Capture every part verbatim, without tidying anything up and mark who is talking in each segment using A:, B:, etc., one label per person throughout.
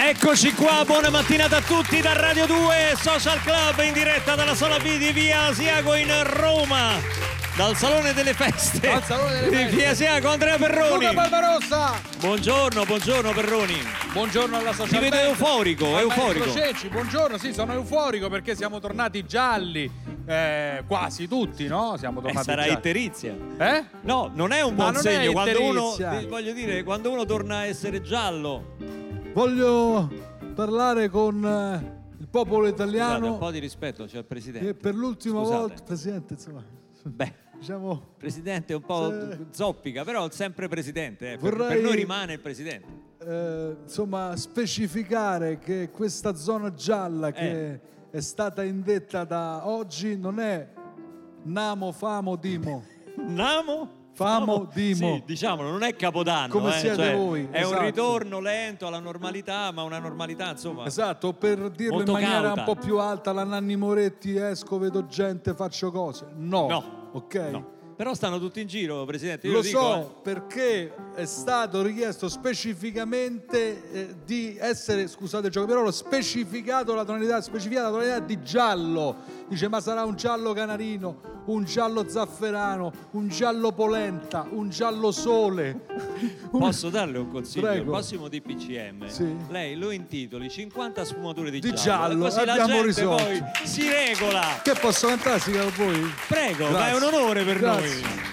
A: Eccoci qua, buona mattinata a tutti da Radio due Social Club in diretta dalla Sala B di Via Asiago in Roma, dal Salone delle Feste,
B: dal Salone delle
A: di
B: Feste.
A: Via Asiago, Andrea Perroni.
B: Luca Barbarossa.
A: Buongiorno, buongiorno Perroni.
B: Buongiorno alla Social
A: Ti vedo
B: Band.
A: euforico,
B: Al
A: euforico.
B: Maestro Cecci, buongiorno, sì, sono euforico perché siamo tornati gialli, eh, quasi tutti, no? Siamo
A: Eh,
B: tornati
A: sarà
B: gialli.
A: itterizia.
B: Eh?
A: No, non è un
B: Ma
A: buon
B: non è
A: segno quando uno,
B: itterizia.
A: ti- voglio dire, quando uno torna a essere giallo.
C: Voglio parlare con eh, il popolo
A: Scusate,
C: italiano
A: un po' di rispetto, c'è il Presidente.
C: che per l'ultima
A: Scusate.
C: volta, Presidente, insomma,
A: Beh,
C: diciamo,
A: Presidente è un po'
C: Se-
A: zoppica, però sempre Presidente. eh. Per,
C: Vorrei-
A: per noi rimane il Presidente.
C: eh, insomma, specificare che questa zona gialla che
A: Eh.
C: è stata indetta da oggi non è Namo, Famo, Dimo.
A: Namo?
C: Famo, Dimo.
A: Sì, diciamolo, non è Capodanno.
C: Come
A: eh,
C: siete
A: cioè,
C: voi,
A: È un
C: esatto.
A: ritorno lento alla normalità, ma una normalità, insomma.
C: Esatto, per dirlo
A: Molto
C: in maniera
A: cauta.
C: un po' più alta, la Nanni Moretti, esco, vedo gente, faccio cose. No,
A: No.
C: ok?
A: No. Però stanno tutti in giro, Presidente. Io
C: Lo
A: lo dico,
C: so
A: eh.
C: perché è stato richiesto specificamente eh, di essere, scusate il gioco di parole, specificato la tonalità, specificata la tonalità di giallo. Dice, ma sarà un giallo canarino, un giallo zafferano, un giallo polenta, un giallo sole. Un-
A: Posso darle un consiglio?
C: Prego.
A: Il prossimo D P C M,
C: Sì.
A: lei lo intitoli cinquanta sfumature di,
C: Di
A: giallo.
C: giallo,
A: E così la
C: abbiamo
A: gente
C: risolto.
A: poi si regola.
C: Che posso cantare, sì, con voi?
A: Prego, ma è
C: Grazie.
A: un onore per
C: Grazie.
A: noi.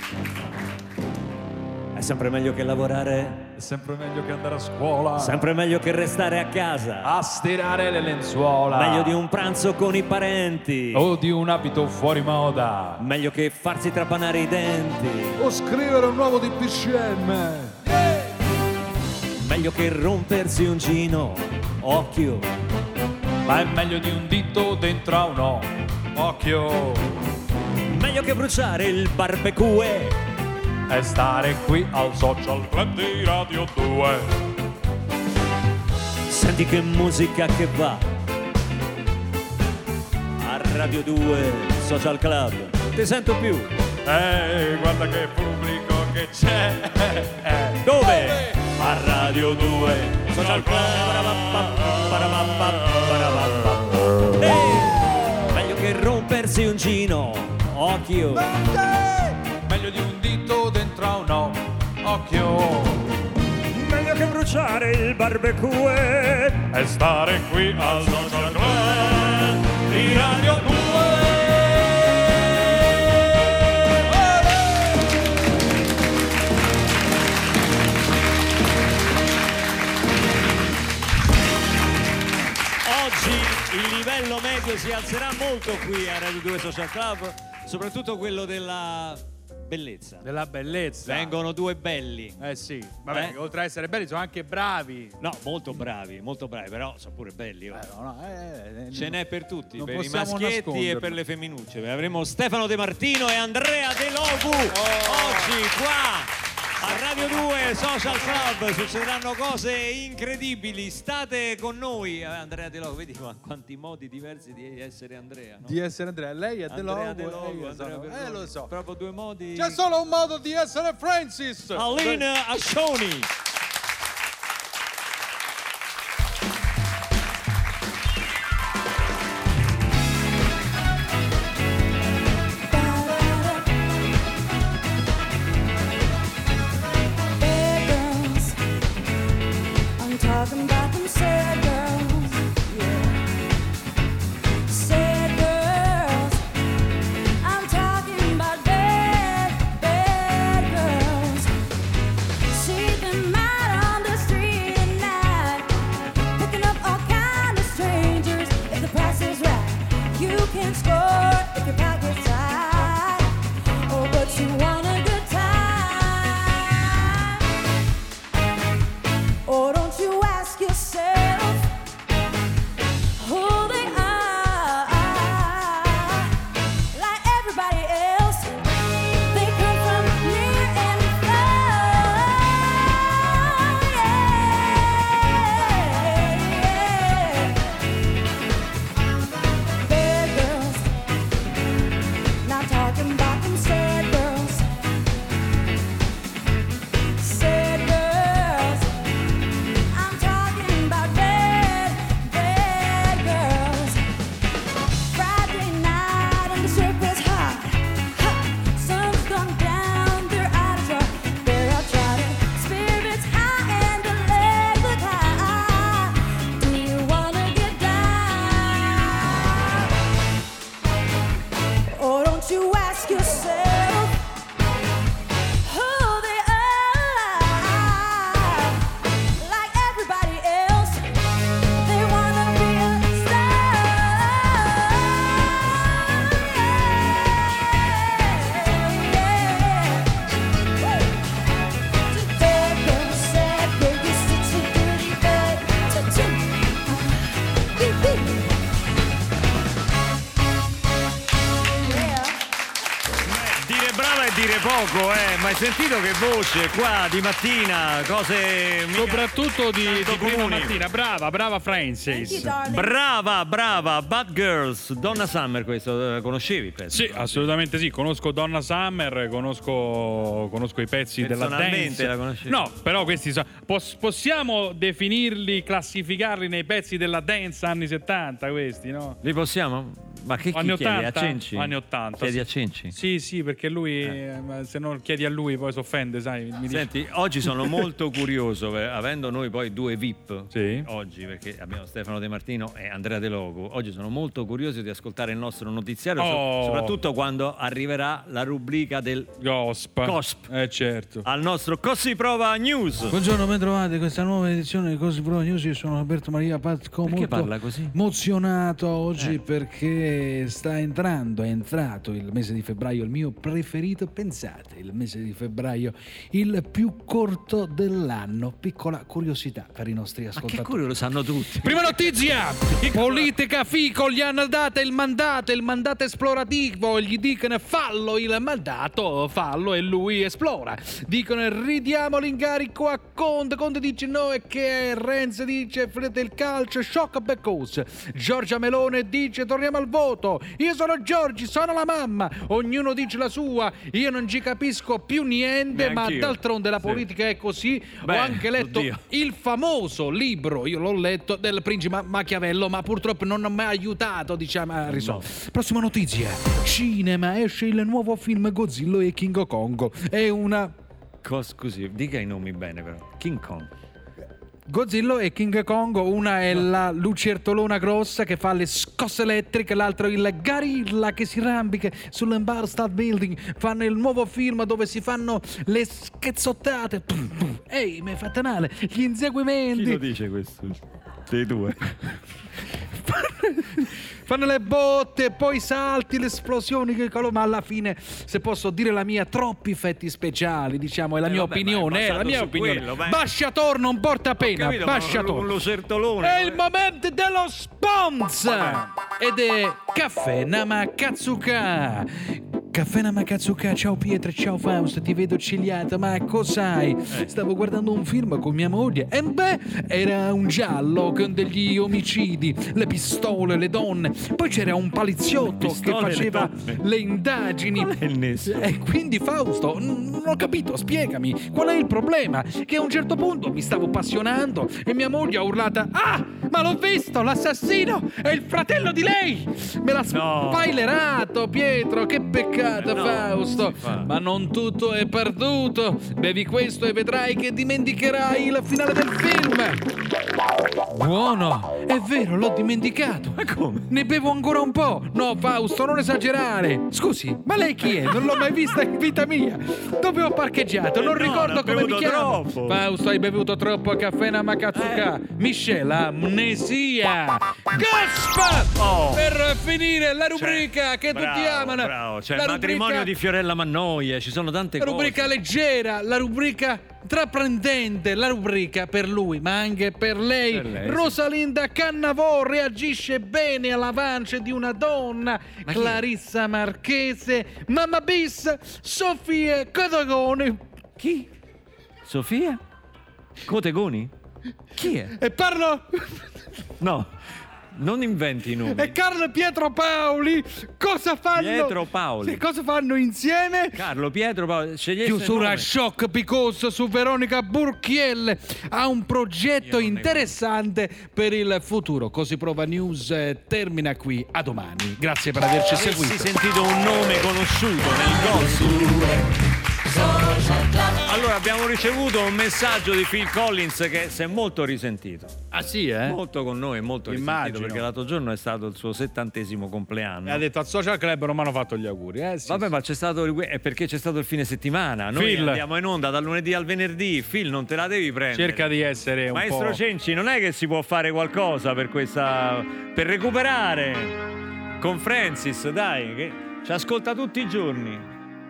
A: È sempre meglio che lavorare,
D: È sempre meglio che andare a scuola,
A: sempre meglio che restare a casa.
D: a stirare le lenzuola,
A: Meglio di un pranzo con i parenti.
D: o di un abito fuori moda.
A: Meglio che farsi trapanare i denti.
C: O scrivere un nuovo D P C M.
A: Meglio che rompersi un gino. Occhio.
D: Ma è meglio di un dito dentro a un o. Occhio,
A: Meglio che bruciare il barbecue.
D: e stare qui al Social Club di Radio due.
A: Senti che musica che va. A Radio due Social Club. Ti sento più.
D: Ehi, guarda che pubblico che c'è. Eh,
A: Dove?
D: A Radio due
A: Social Club. Ehi! Meglio che rompersi un gino. Occhio.
D: Meglio di un dito dentro a un o. Occhio,
A: Meglio che bruciare il barbecue.
D: e stare qui al Social Club di Radio due.
A: Oggi il livello medio si alzerà molto qui a Radio due Social Club, soprattutto quello della bellezza.
B: Della bellezza.
A: Vengono due belli.
B: Eh sì, vabbè,
A: Eh?
B: oltre a essere belli sono anche bravi.
A: No, molto bravi, molto bravi, però sono pure belli. oh.
B: Eh, no, no, eh, eh,
A: Ce n'è per tutti,
B: non
A: per i
B: possiamo
A: maschietti e
B: nasconderlo.
A: per le femminucce. Avremo Stefano De Martino e Andrea De Logu
B: Oh.
A: oggi qua a Radio due Social Club. Succederanno cose incredibili. State con noi. Eh, Andrea De Logu, vedi qua quanti modi diversi di essere Andrea, no?
B: Di essere Andrea, lei è De
A: Andrea
B: Logo,
A: De Logu,
B: e io
A: Andrea
B: sono-
A: Perroni.
B: eh lo so.
A: Proprio due modi.
B: C'è solo un modo di essere Francis.
A: Aline Ascioni.
E: Bad girls, I'm talking about them sad girls, yeah. Sad girls, I'm talking about bad, bad girls. See them out on the street at night, picking up all kind of strangers. If the price is right, you can score if your pocket's tight. Oh, but you want a good time. Oh, don't you ask yourself
A: poco, eh, ma hai sentito che voce qua di mattina, cose mica
B: Soprattutto di,
A: tanto
B: di prima
A: comuni.
B: mattina. Brava, brava Francis.
A: Brava, brava, Bad Girls, Donna Summer, questo eh, conoscevi? Penso.
B: Sì, assolutamente sì. Conosco Donna Summer, conosco, conosco i pezzi della
A: Personalmente
B: dance.
A: la conoscevi?
B: No, però questi so- pos- possiamo definirli, classificarli nei pezzi della dance anni settanta, questi, no?
A: Li possiamo? Ma che chi
B: Anni
A: chiedi?
B: ottanta?
A: A Cenci?
B: Anni ottanta.
A: Chiedi
B: sì.
A: a Cenci?
B: Sì, sì, perché lui, eh, ma se non chiedi a lui poi si offende, sai. Mi dice-
A: Senti, oggi sono molto curioso, eh, avendo noi poi due V I P
B: Sì.
A: oggi, perché abbiamo Stefano De Martino e Andrea De Logo, oggi sono molto curioso di ascoltare il nostro notiziario, so-
B: Oh.
A: soprattutto quando arriverà la rubrica del
B: Gosp.
A: Gosp.
B: Eh certo.
A: al nostro Così Prova News.
F: Buongiorno, ben trovati questa nuova edizione di Così Prova News. Io sono Alberto Maria Patco,
A: Perché
F: molto
A: parla così?
F: emozionato oggi
A: Eh.
F: perché sta entrando, è entrato il mese di febbraio, il mio preferito. Pensate, il mese di febbraio, il più corto dell'anno. Piccola curiosità per i nostri
A: Ma che
F: ascoltatori.
A: curioso, lo sanno tutti.
B: Prima notizia! Politica Fico gli hanno dato il mandato, il mandato esplorativo. Gli dicono fallo il mandato, fallo e lui esplora. Dicono ridiamo l'incarico a Conte. Conte dice no e che Renzi dice frete il calcio, shock because. Giorgia Melone dice torniamo al voto. Io sono Giorgi, sono la mamma. Ognuno dice la sua. Io non ci capisco più niente, ma
A: Neanch'io.
B: d'altronde la
A: Sì.
B: politica è così.
A: Beh,
B: Ho anche letto
A: oddio.
B: il famoso libro, io l'ho letto, del principe Machiavello, ma purtroppo non ho mai aiutato, diciamo, a risolvere. Prossima notizia. Cinema, esce il nuovo film Godzilla e King Kong. È una...
A: Cos- scusi, dica i nomi bene però. King Kong.
B: Godzilla e King Kong, una è la lucertolona grossa che fa le scosse elettriche, l'altro il gorilla che si arrampica sull'Empire State Building. Fanno il nuovo film dove si fanno le schezzottate. Ehi, mi hai fatto male. Gli inseguimenti.
A: Chi lo dice questo? Dei due.
B: Fanno le botte, poi i salti, le esplosioni, che colo, ma alla fine, se posso dire la mia, troppi effetti speciali, diciamo, è la
A: Eh,
B: mia
A: vabbè,
B: opinione,
A: ma è
B: è la
A: basato
B: mia
A: su
B: opinione.
A: quello, beh.
B: Basciator non porta pena,
A: Capito, ma un
B: Basciator.
A: lucertolone.
B: È il momento dello sponsor ed è Caffè Namakatsuka. Caffè Namakatsuka, ciao Pietro, ciao Fausto, ti vedo cigliato, ma cos'hai? Stavo guardando un film con mia moglie e beh, era un giallo con degli omicidi, le pistole, le donne, poi c'era un poliziotto che
A: Pistole e le
B: faceva
A: donne.
B: le indagini.
A: Qual è il nesso?
B: E quindi Fausto, non ho capito, spiegami, qual è il problema? Che a un certo punto mi stavo appassionando e mia moglie ha urlata: ah, ma l'ho visto, l'assassino è il fratello di lei! Me l'ha
A: No.
B: spoilerato, Pietro, che peccato,
A: Eh, no,
B: Fausto.
A: non si fa.
B: Ma non tutto è perduto. Bevi questo e vedrai che dimenticherai il finale del film. Buono, è vero, l'ho dimenticato.
A: Ma come?
B: Ne bevo ancora un po'. No, Fausto, non esagerare. Scusi, ma lei chi è? Non l'ho mai vista in vita mia. Dove ho parcheggiato? Non
A: Eh no,
B: ricordo
A: ne ha
B: come mi
A: bevuto
B: chiamo.
A: troppo.
B: Fausto, hai bevuto troppo a caffè Namakatsuka. Michelle, amnesia. Gasp!
A: Oh.
B: Per finire la rubrica
A: Cioè,
B: che
A: bravo,
B: tutti amano.
A: Bravo, c'è
B: La
A: il matrimonio
B: rubrica-
A: di Fiorella Mannoia, ci sono tante
B: la
A: cose.
B: rubrica leggera, la rubrica intraprendente, la rubrica per lui, ma anche per lei.
A: Per lei, sì.
B: Rosalinda Cannavò reagisce bene all'avance di una donna.
A: Ma chi?
B: Clarissa Marchese, Mamma Bis, Sofia Codagoni.
A: Chi? Sofia? Cotegoni? Chi è?
B: E parlo
A: No, non inventi i nomi.
B: e Carlo Pietro Paoli. Cosa fanno?
A: Pietro Paoli.
B: Sì, cosa fanno insieme?
A: Carlo Pietro Paolo, scegliesse il
B: Chiusura
A: nome.
B: shock because su Veronica Burchielle ha un progetto
A: Io non ne
B: interessante per il futuro. Così Prova News eh, termina qui, a domani. Grazie per averci
A: Avessi
B: seguito.
A: sentito un nome conosciuto nel gossip. Allora abbiamo ricevuto un messaggio di Phil Collins che si è molto risentito.
B: Ah sì, eh?
A: Molto con noi, molto risentito
B: Immagino.
A: perché l'altro giorno è stato il suo settantesimo compleanno.
B: Mi ha detto al social club non mi hanno fatto gli auguri, eh sì.
A: Vabbè, ma c'è stato il- è perché c'è stato il fine settimana. Noi
B: Phil.
A: andiamo in onda dal lunedì al venerdì. Phil, non te la devi prendere.
B: Cerca di essere un
A: Maestro
B: po'.
A: Cenci, non è che si può fare qualcosa per questa. per recuperare con Francis, dai, che ci ascolta tutti i giorni.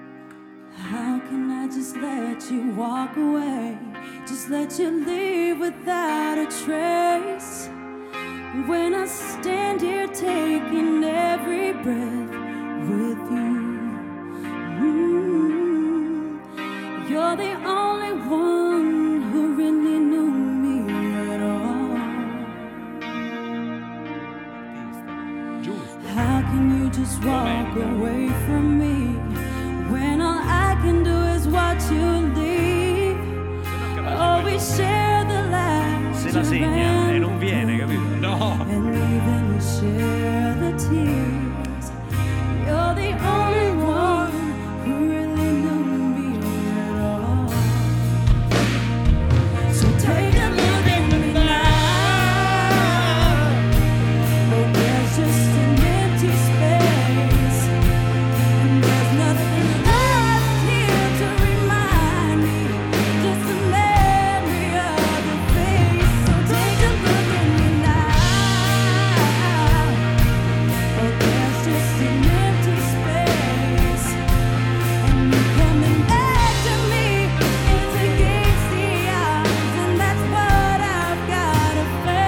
E: How can I just let you walk away? Just let you leave without a trace. When I stand here taking every breath with you. Mm. You're the only one who really knew me at all. How can you just walk away from me when all I can do is watch you leave? Oh, we share the light.
A: Se la segna e non viene, capito?
B: No.
E: And even share the tears. You're the only one who really knew me at all. So take a look at me now. Oh, there's just an empty space, and there's nothing left here to remind me. Just a memory of your face. So take a look at me now. Oh, there's just an empty space, and you coming back to me is against the odds, and that's what I've gotta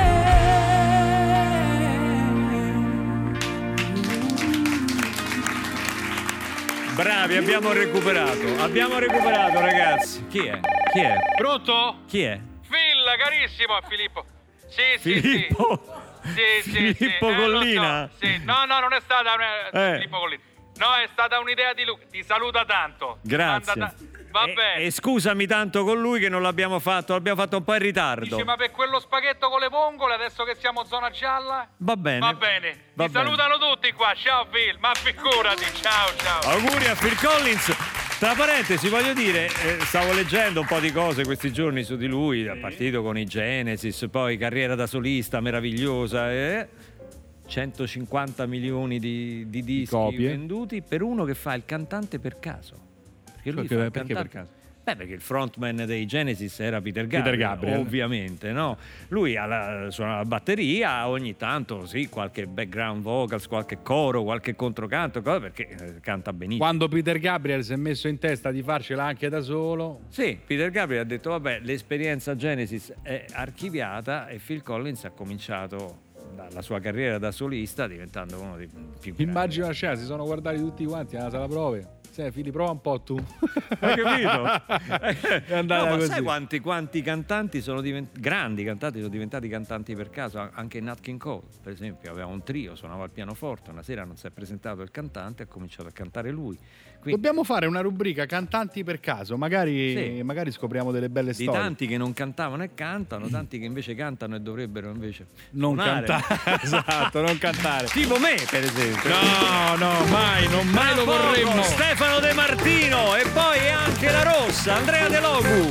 E: face.
A: Bravi, abbiamo recuperato. Abbiamo recuperato, ragazzi. Chi è? Chi è?
B: Pronto?
A: Chi è?
B: Phil, carissimo, Filippo. Sì, sì,
A: Filippo?
B: sì. Sì, sì,
A: Filippo
B: sì. Eh, lo
A: Collina?
B: so, sì. No, no, non è stata una...
A: Eh.
B: Filippo Collina. No, è stata un'idea di Luca. Ti saluta tanto.
A: Grazie.
B: Manda ta- Va
A: E-
B: bene.
A: E, scusami tanto con lui che non l'abbiamo fatto, l'abbiamo fatto un po' in ritardo.
B: Dici, ma per quello spaghetto con le vongole, adesso che siamo zona gialla?
A: Va bene.
B: Va bene.
A: Va
B: Ti
A: bene.
B: salutano tutti qua. Ciao Phil, ma figurati. Ciao, ciao.
A: Auguri a Phil Collins. Tra parentesi, voglio dire, eh, stavo leggendo un po' di cose questi giorni su di lui, è partito con i Genesis, poi carriera da solista meravigliosa, eh? centocinquanta milioni di, di dischi
F: copie.
A: venduti per uno che fa il cantante per caso. Perché lui
F: Perché-
A: fa il
F: perché
A: cantante-
F: per caso?
A: Beh, perché il frontman dei Genesis era Peter Gabriel,
F: Peter Gabriel.
A: ovviamente, no? Lui ha la, suona la batteria, ogni tanto sì, qualche background vocals, qualche coro, qualche controcanto, cosa, perché eh, canta benissimo.
F: Quando Peter Gabriel si è messo in testa di farcela anche da solo,
A: Sì, Peter Gabriel ha detto vabbè, l'esperienza Genesis è archiviata e Phil Collins ha cominciato la sua carriera da solista diventando uno dei più grandi.
F: immagino la scena, si sono guardati tutti quanti alla sala prove. Sì, Fili, prova un po' tu.
A: Hai capito?
F: È andata
A: No, ma
F: così.
A: sai quanti, quanti cantanti sono diventati, grandi cantanti sono diventati cantanti per caso? Anche Nat King Cole, per esempio, aveva un trio, suonava il pianoforte, una sera non si è presentato il cantante, ha cominciato a cantare lui. Quindi,
F: Dobbiamo fare una rubrica cantanti per caso, magari,
A: Sì.
F: magari scopriamo delle belle
A: di
F: storie.
A: tanti che non cantavano e cantano, tanti che invece cantano e dovrebbero invece
F: Non
A: suonare.
F: cantare. Esatto, non cantare.
A: Tipo me, per esempio.
F: No, no, mai, non mai
A: Tra
F: lo
A: poco
F: vorremmo.
A: Stefano De Martino e poi anche la rossa, Andrea De Logu.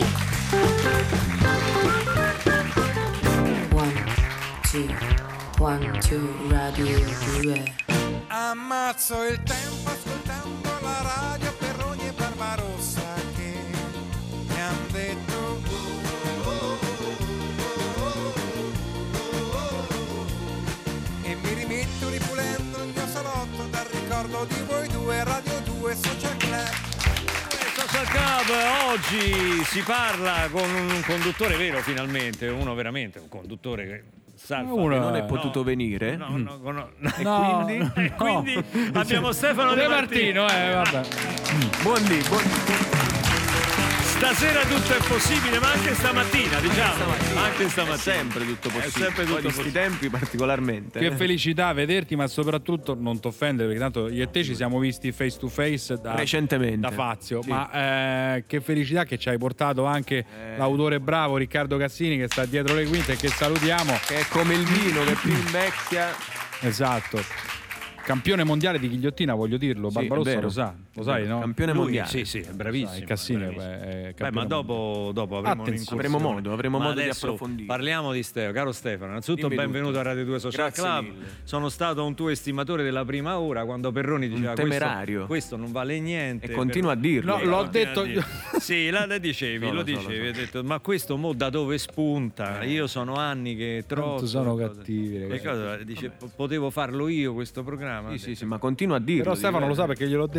G: One, two, one, two, radio due.
H: Ammazzo il tempo ascoltando la radio Perroni e Barbarossa che mi han detto oh, oh, oh, oh, oh, oh. E mi rimetto ripulendo il mio salotto dal ricordo di voi due, Radio due Social Club.
A: Social Club, oggi si parla con un conduttore vero finalmente, uno veramente, un conduttore che sa il
F: Uno-
A: fatto.
F: non è
I: potuto venire?
A: No, no, no, no. E
F: No,
A: quindi,
F: no.
A: e quindi abbiamo Stefano De
F: De
A: Martino.
F: Martino, eh, vabbè.
I: Buondì, buondì.
A: Stasera tutto è possibile, ma anche stamattina, diciamo. Anche
I: È
A: stamattina.
I: sempre tutto
A: È
I: possibile.
A: sempre tutto
I: Poi di sti
A: possibile.
I: tempi particolarmente.
F: Che
I: eh.
F: felicità vederti, ma soprattutto non t'offendere, perché tanto io e te ci siamo visti face to face da,
I: Recentemente.
F: da Fazio.
I: Sì.
F: Ma eh, che felicità che ci hai portato anche
I: Eh.
F: l'autore bravo Riccardo Cassini, che sta dietro le quinte e che salutiamo.
I: Che è come il vino che più invecchia.
F: Esatto. Campione mondiale di ghigliottina, voglio dirlo.
I: Sì,
F: Barbarossa
I: è vero.
F: lo sa, lo sai, no?
I: Campione
A: Lui,
I: mondiale.
A: sì, sì, è bravissimo.
F: Il Cassini
A: è
F: è-
A: bravissimo.
F: è
A: Beh,
F: campione
A: ma dopo, dopo avremo
F: Attenzione.
A: un'incursione.
I: Avremo modo, avremo
A: Ma
I: modo di
A: adesso
I: approfondire.
A: Parliamo di Stefano, caro Stefano. Innanzitutto
I: Dimmi
A: benvenuto
I: tutto.
A: a Radio due Social
I: Grazie
A: Club.
I: mille.
A: Sono stato un tuo estimatore della prima ora quando Perroni diceva questo,
I: temerario.
A: questo non vale niente.
I: E continua a dirlo.
F: No,
A: Eh,
F: l'ho
A: continua
F: detto
A: a dire. Sì, la, la dicevi,
I: Solo,
A: lo
I: solo,
A: dicevi,
I: solo.
A: hai detto, ma questo mo da dove spunta? Io sono anni che trovo.
F: sono cattivi,
A: E
F: ragazzi.
A: cosa? Dice, potevo farlo io questo programma?
I: Sì, sì, sì, ma continua a dirlo.
F: Però Stefano lo sa perché gliel'ho detto in
I: Lui
F: faccia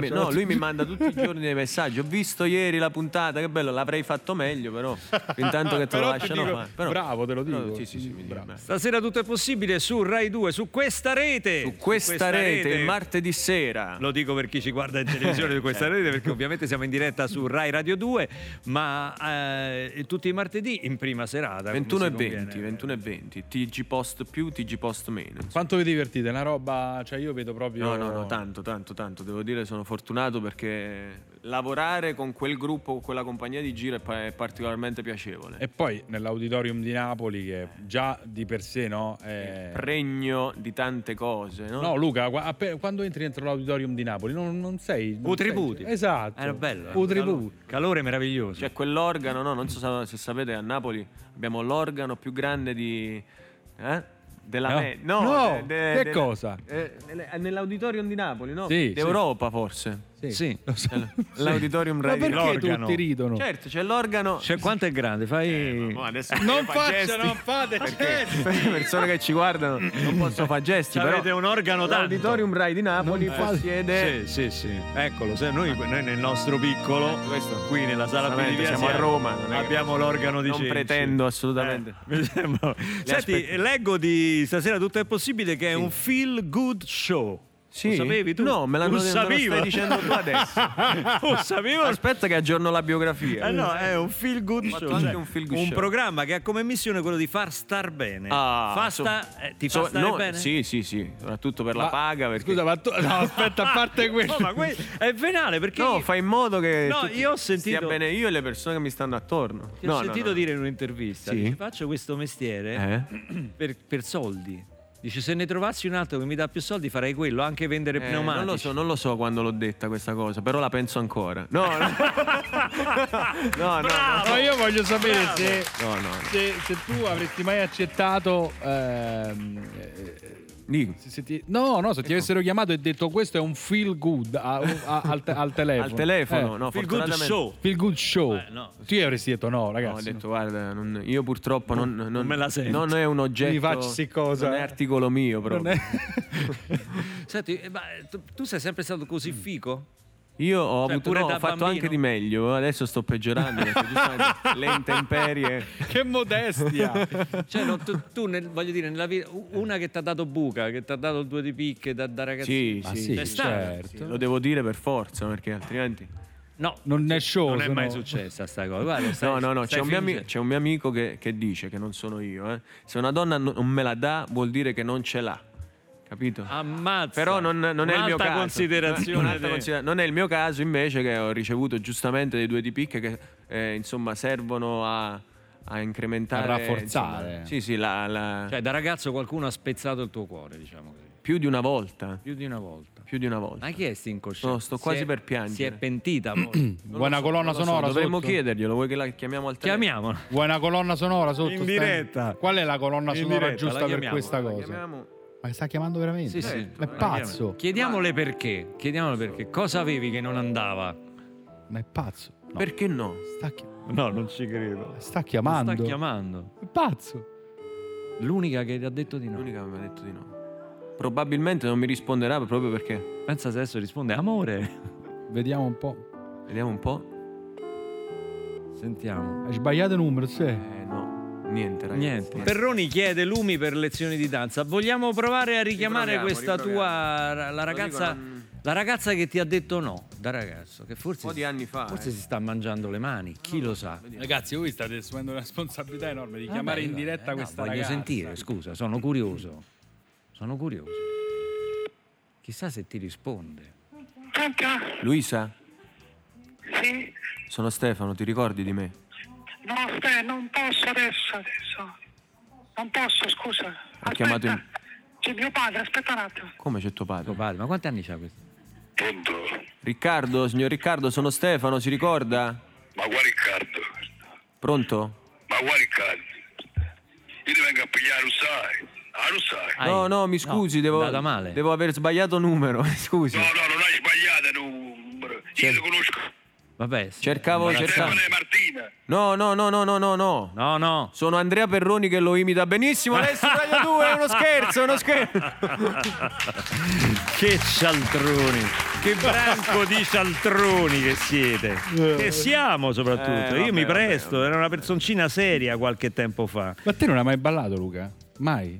I: mi- no, lui mi manda tutti i giorni dei messaggi. Ho visto ieri la puntata, che bello, l'avrei fatto meglio, però intanto che te lo
B: Però ti
I: lasciano
B: dico,
I: fare. Però-
B: bravo, te lo
I: però-
B: dico.
I: sì, sì, sì, mi dico, beh.
A: Stasera tutto è possibile su Rai due, su questa rete.
I: Su questa rete, il martedì sera.
A: Lo dico per chi ci guarda in televisione di questa rete, perché ovviamente siamo in diretta su Rai Radio due, ma eh, tutti i martedì in prima serata. come
I: ventuno e
A: si conviene.
I: venti, ventuno e venti, T G Post più, T G Post meno.
B: Quanto vi divertite? Una roba, cioè io vedo proprio...
I: No, no, no, tanto, tanto, tanto. Devo dire, sono fortunato perché lavorare con quel gruppo, con quella compagnia di giro è, pa- è particolarmente piacevole.
B: E poi nell'auditorium di Napoli, che già di per sé, no? È...
I: Pregno di tante cose, no?
B: No, Luca, qua- appe- quando entri dentro l'auditorium di Napoli non, non sei... non
A: Utributi.
B: sei- Esatto.
A: Era bello. eh?
B: Utributi.
A: Calore, calore meraviglioso.
I: C'è quell'organo, no? Non so se, se sapete, a Napoli abbiamo l'organo più grande di... Eh? Della
B: No.
I: me- no,
B: No,
I: de- de-
B: che
I: de-
B: cosa?
I: eh, nelle- nell'auditorium di Napoli, no?
B: Sì,
I: D'Europa forse.
A: Sì.
I: L'auditorium
B: Ma
I: Rai.
B: perché
A: l'organo.
B: tutti ridono?
I: Certo, c'è l'organo.
A: Cioè, quanto è grande? Fai...
I: No, adesso
B: Non
I: fa
B: faccia,
I: gesti,
B: non fate
I: perché
B: gesti.
I: per le persone che ci guardano non posso fare gesti, però
A: Avete un organo tanto.
I: l'auditorium Rai di Napoli
B: Non fate-
I: possiede
A: Sì, sì, sì. Eccolo, se noi, noi nel nostro piccolo,
I: Questo.
A: qui nella sala
I: Giustamente,
A: Pini
I: siamo a Roma, non è che
A: abbiamo l'organo di
I: non
A: Cenci.
I: pretendo assolutamente.
A: Eh, mi sembra- Senti,
I: aspetti-
A: leggo di Stasera tutto è possibile che è un feel good show.
I: Sì?
A: Lo sapevi tu?
I: No, me l'hanno
A: Lo
I: me lo
A: sapevo.
I: stai dicendo tu adesso.
A: Lo sapevo.
I: Aspetta che aggiorno la biografia.
A: Eh no, è un feel good
I: Ho fatto
A: show.
I: anche
A: cioè,
I: un feel good
A: un
I: show.
A: programma che ha come missione quello di far star bene.
I: Ah,
A: fa
I: so-
A: sta- eh, ti
I: so-
A: fa stare
I: no,
A: bene?
I: Sì, sì, sì, soprattutto per la
B: Ma-
I: paga perché
B: Scusa, ma tu... No, aspetta, a parte questo...
A: No, ma que- è venale perché
I: No,
A: io-
I: fai in modo che
A: No,
I: tutti-
A: io ho sentito-
I: stia bene io e le persone che mi stanno attorno.
A: ti
I: No,
A: ho
I: no,
A: sentito
I: no.
A: dire in un'intervista,
I: Sì?
A: dice, faccio questo mestiere
I: Eh?
A: per, per soldi. Dice, se ne trovassi un altro che mi dà più soldi farei quello, anche vendere
I: Eh,
A: pneumatici.
I: non lo so, non lo so quando l'ho detta questa cosa, però la penso ancora. No, no. no, no, no.
B: No, io voglio sapere se,
I: No, no.
B: se, se tu avresti mai accettato... ehm, eh,
I: Dico.
B: se- se ti- no, no, se ti avessero chiamato e detto questo è un feel good a- a- al, te- al telefono.
I: Al telefono,
B: Eh,
I: no,
A: Feel good
I: fortunatamente.
A: show.
B: Feel good show.
A: Eh, no.
B: Tu avresti detto no,
I: No, ho
B: ragazzi.
I: detto guarda, non- io purtroppo non, non,
A: non me la sento.
I: non è un oggetto,
B: Mi facci cosa.
I: non è articolo mio
B: Non
I: proprio.
B: è-
A: Senti, eh, ma tu, tu sei sempre stato così fico?
I: Io ho,
A: Cioè,
I: avuto,
A: pure
I: no,
A: da
I: ho fatto
A: bambino?
I: anche di meglio, adesso sto peggiorando perché giustamente le intemperie.
B: Che modestia.
A: Cioè, no, tu, tu nel- voglio dire, nella vita, una che ti ha dato buca, che ti ha dato due di picche da, da ragazzino.
I: Sì,
B: Ma
I: sì,
B: sì,
A: C'è stato?
B: certo.
I: sì, lo devo dire per forza perché altrimenti
A: No,
B: Non è show.
A: non è
B: sono-
A: mai successa sta cosa. Guarda, stai-
I: no, no, no,
A: stai
I: c'è un, mio ami-
A: fingendo.
I: c'è un mio amico che, che dice che non sono io, eh. Se una donna non non me la dà vuol dire che non ce l'ha. Capito?
A: Ammazza.
I: Però non, non è il mio
A: Un'alta
I: caso.
A: considerazione.
I: Un'alta
A: de-
I: considera- non è il mio caso invece che ho ricevuto giustamente dei due di picche che eh, insomma servono a, a incrementare
B: A rafforzare.
I: insomma, sì, sì, la, la-
A: Cioè, da ragazzo qualcuno ha spezzato il tuo cuore, diciamo così.
I: più di una volta.
A: Più di una volta.
I: Più di una volta.
A: Ma chi è sti incosciente?
I: No, sto quasi
A: Si è-
I: per piangere.
A: Si è pentita poi.
B: Vuoi una colonna
I: Non lo so,
B: sonora
I: dovremmo
B: sotto?
I: chiederglielo, vuoi che la chiamiamo al telefono?
A: Chiamiamola.
B: Vuoi una colonna sonora sotto?
A: In
B: Stan?
A: diretta.
B: Qual è la colonna
A: In
B: sonora
A: diretta,
B: giusta
A: la
B: per
A: chiamiamo,
B: questa
I: La
B: cosa?
I: chiamiamo.
B: Ma sta chiamando veramente?
A: Sì, sì.
B: Ma è pazzo.
A: Chiediamole perché. Chiediamole perché. Cosa avevi che non andava?
B: Ma è pazzo. No.
I: Perché no?
B: Sta, chi-
A: No, non ci credo.
B: sta chiamando.
A: Sta chiamando.
B: È pazzo.
A: L'unica che ti ha detto di no.
I: L'unica che mi ha detto di no. Probabilmente non mi risponderà proprio perché.
A: Pensa se adesso risponde amore.
B: Vediamo un po'.
I: Vediamo un po'.
A: Sentiamo.
B: Hai sbagliato il numero, sì.
I: Eh no, niente ragazzi.
A: Niente. Perroni chiede lumi per lezioni di danza. Vogliamo provare a richiamare
I: Riproviamo,
A: questa tua la ragazza
I: dico, non-
A: la ragazza che ti ha detto no, da ragazzo, che forse
I: Un po' di anni fa.
A: forse
I: eh.
A: si sta mangiando le mani, chi lo sa.
B: Ragazzi, voi state assumendo una responsabilità enorme di
A: Ah,
B: chiamare
A: beh,
B: in diretta
A: eh, no,
B: questa
A: voglio
B: ragazza.
A: sentire, scusa, sono curioso. Sono curioso. Chissà se ti risponde.
I: Luisa,
J: Sì?
I: sono Stefano, ti ricordi di me?
J: No, aspetta, non posso adesso, adesso. Non posso, scusa. Aspetta.
I: chiamato in-
J: C'è mio padre, aspetta un attimo.
I: Come c'è tuo padre?
A: Tuo padre, ma quanti anni c'ha questo?
J: Pronto?
I: Riccardo, signor Riccardo, sono Stefano, si ricorda?
J: Ma qua Riccardo?
I: Pronto?
J: Ma qua Riccardo? Io ti vengo a pigliare, lo sai? Ah, lo sai?
A: Ai.
I: No, no, mi scusi, devo,
A: andata male.
I: devo aver sbagliato numero, scusi.
J: No, no, non hai sbagliato il numero. Io
I: Certo.
J: lo conosco.
A: Vabbè, sì.
I: Cercavo,
A: Imbarazzo-
I: cercavo.
J: Stefano e Martina.
I: No, no, no, no, no, no, no.
A: No, no.
I: Sono Andrea Perroni che lo imita benissimo. Adesso Radio due è uno scherzo, è uno scherzo.
A: Che cialtroni, che branco di cialtroni che siete. Che siamo soprattutto.
I: Eh, vabbè,
A: Io mi
I: vabbè,
A: presto,
I: vabbè.
A: era una personcina seria qualche tempo fa.
B: Ma te non hai mai ballato, Luca? Mai?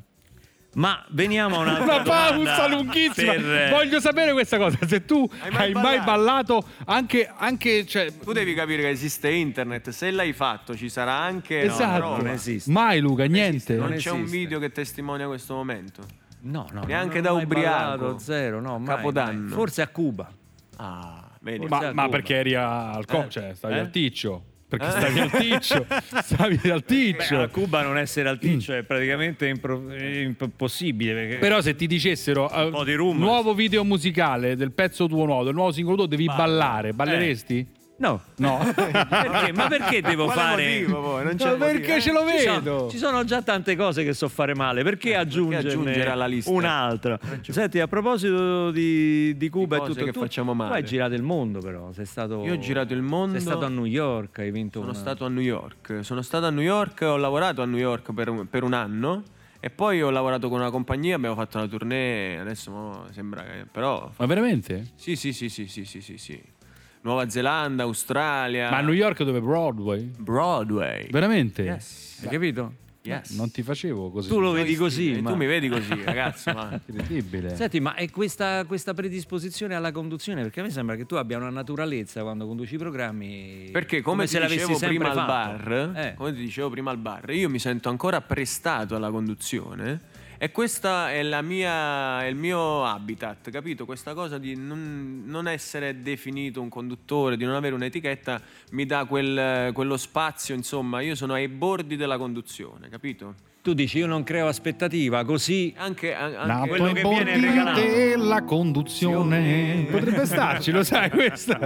A: Ma veniamo a un'altra
B: Una pausa
A: domanda
B: lunghissima.
A: per-
B: Voglio sapere questa cosa. Se tu
I: Hai mai
B: hai mai ballato anche, anche cioè,
I: Tu devi capire che esiste internet. Se l'hai fatto, ci sarà anche. no,
B: esatto.
I: prova.
A: non esiste.
B: Mai, Luca, niente.
I: Non,
A: Non
I: c'è un
A: esiste.
I: video che testimonia questo momento.
A: No, no,
I: Neanche
A: non
I: da
A: ho mai
I: ubriaco.
A: ballato, zero, no, mai,
I: Capodanno.
A: mai. Forse a Cuba.
I: Ah, vedi.
B: Ma,
A: a
B: ma
A: Cuba.
B: perché eri al co-
A: Eh?
B: cioè stavi
A: Eh?
B: al ticcio? Perché stavi al ticcio? Stavi al ticcio.
A: Beh, a Cuba non essere al ticcio è praticamente impro- è impossibile. Perché
B: Però se ti dicessero eh,
A: po' di rum.
B: nuovo video musicale del pezzo tuo nuovo, del nuovo singolo tuo, devi ballare, balleresti?
A: no.
B: No.
A: Perché? Ma perché devo
I: Quale
A: fare?
I: motivo, poi? Non c'è
B: Ma
I: motivo,
B: perché
I: eh?
B: ce lo
A: Ci sono,
B: vedo?
A: ci sono già tante cose che so fare male, perché aggiungerne
I: aggiungere alla lista?
A: un'altra? Senti, a proposito di, di Cuba
I: Di
A: e
I: cose
A: tutto,
I: che
A: tu,
I: facciamo male.
A: tu hai girato il mondo, però sei stato.
I: Io ho girato il mondo.
A: Sei stato a New York, hai vinto
I: Sono
A: una-
I: stato a New York. Sono stato a New York, ho lavorato a New York per un, per un anno. E poi ho lavorato con una compagnia, abbiamo fatto una tournée. Adesso mo sembra che. Però.
B: Ma veramente?
I: Sì, sì, sì, sì, sì, sì, sì, sì. Nuova Zelanda, Australia.
B: Ma a New York dove? Broadway?
I: Broadway.
B: Veramente?
I: Yes.
A: Hai capito?
I: Yes.
B: Non ti facevo così.
A: Tu lo vedi così,
I: E
A: ma...
I: tu mi vedi così, ragazzo. Ma...
B: Incredibile.
A: Senti, ma è questa, questa predisposizione alla conduzione? Perché a me sembra che tu abbia una naturalezza quando conduci i programmi.
I: Perché come,
A: se
I: ti
A: l'avessi
I: dicevo
A: sempre
I: prima al
A: fatto.
I: bar,
A: Eh.
I: come ti dicevo prima al bar, io mi sento ancora prestato alla conduzione e questa è la mia è il mio habitat, capito? Questa cosa di non, non essere definito un conduttore, di non avere un'etichetta mi dà quel- quello spazio, insomma, io sono ai bordi della conduzione, capito?
A: Tu dici io non creo aspettativa, così
I: Anche, an- anche
B: Nato
A: quello
B: ai
A: che viene
B: bordi
A: regalato.
B: della conduzione. Potrebbe starci, lo sai questa.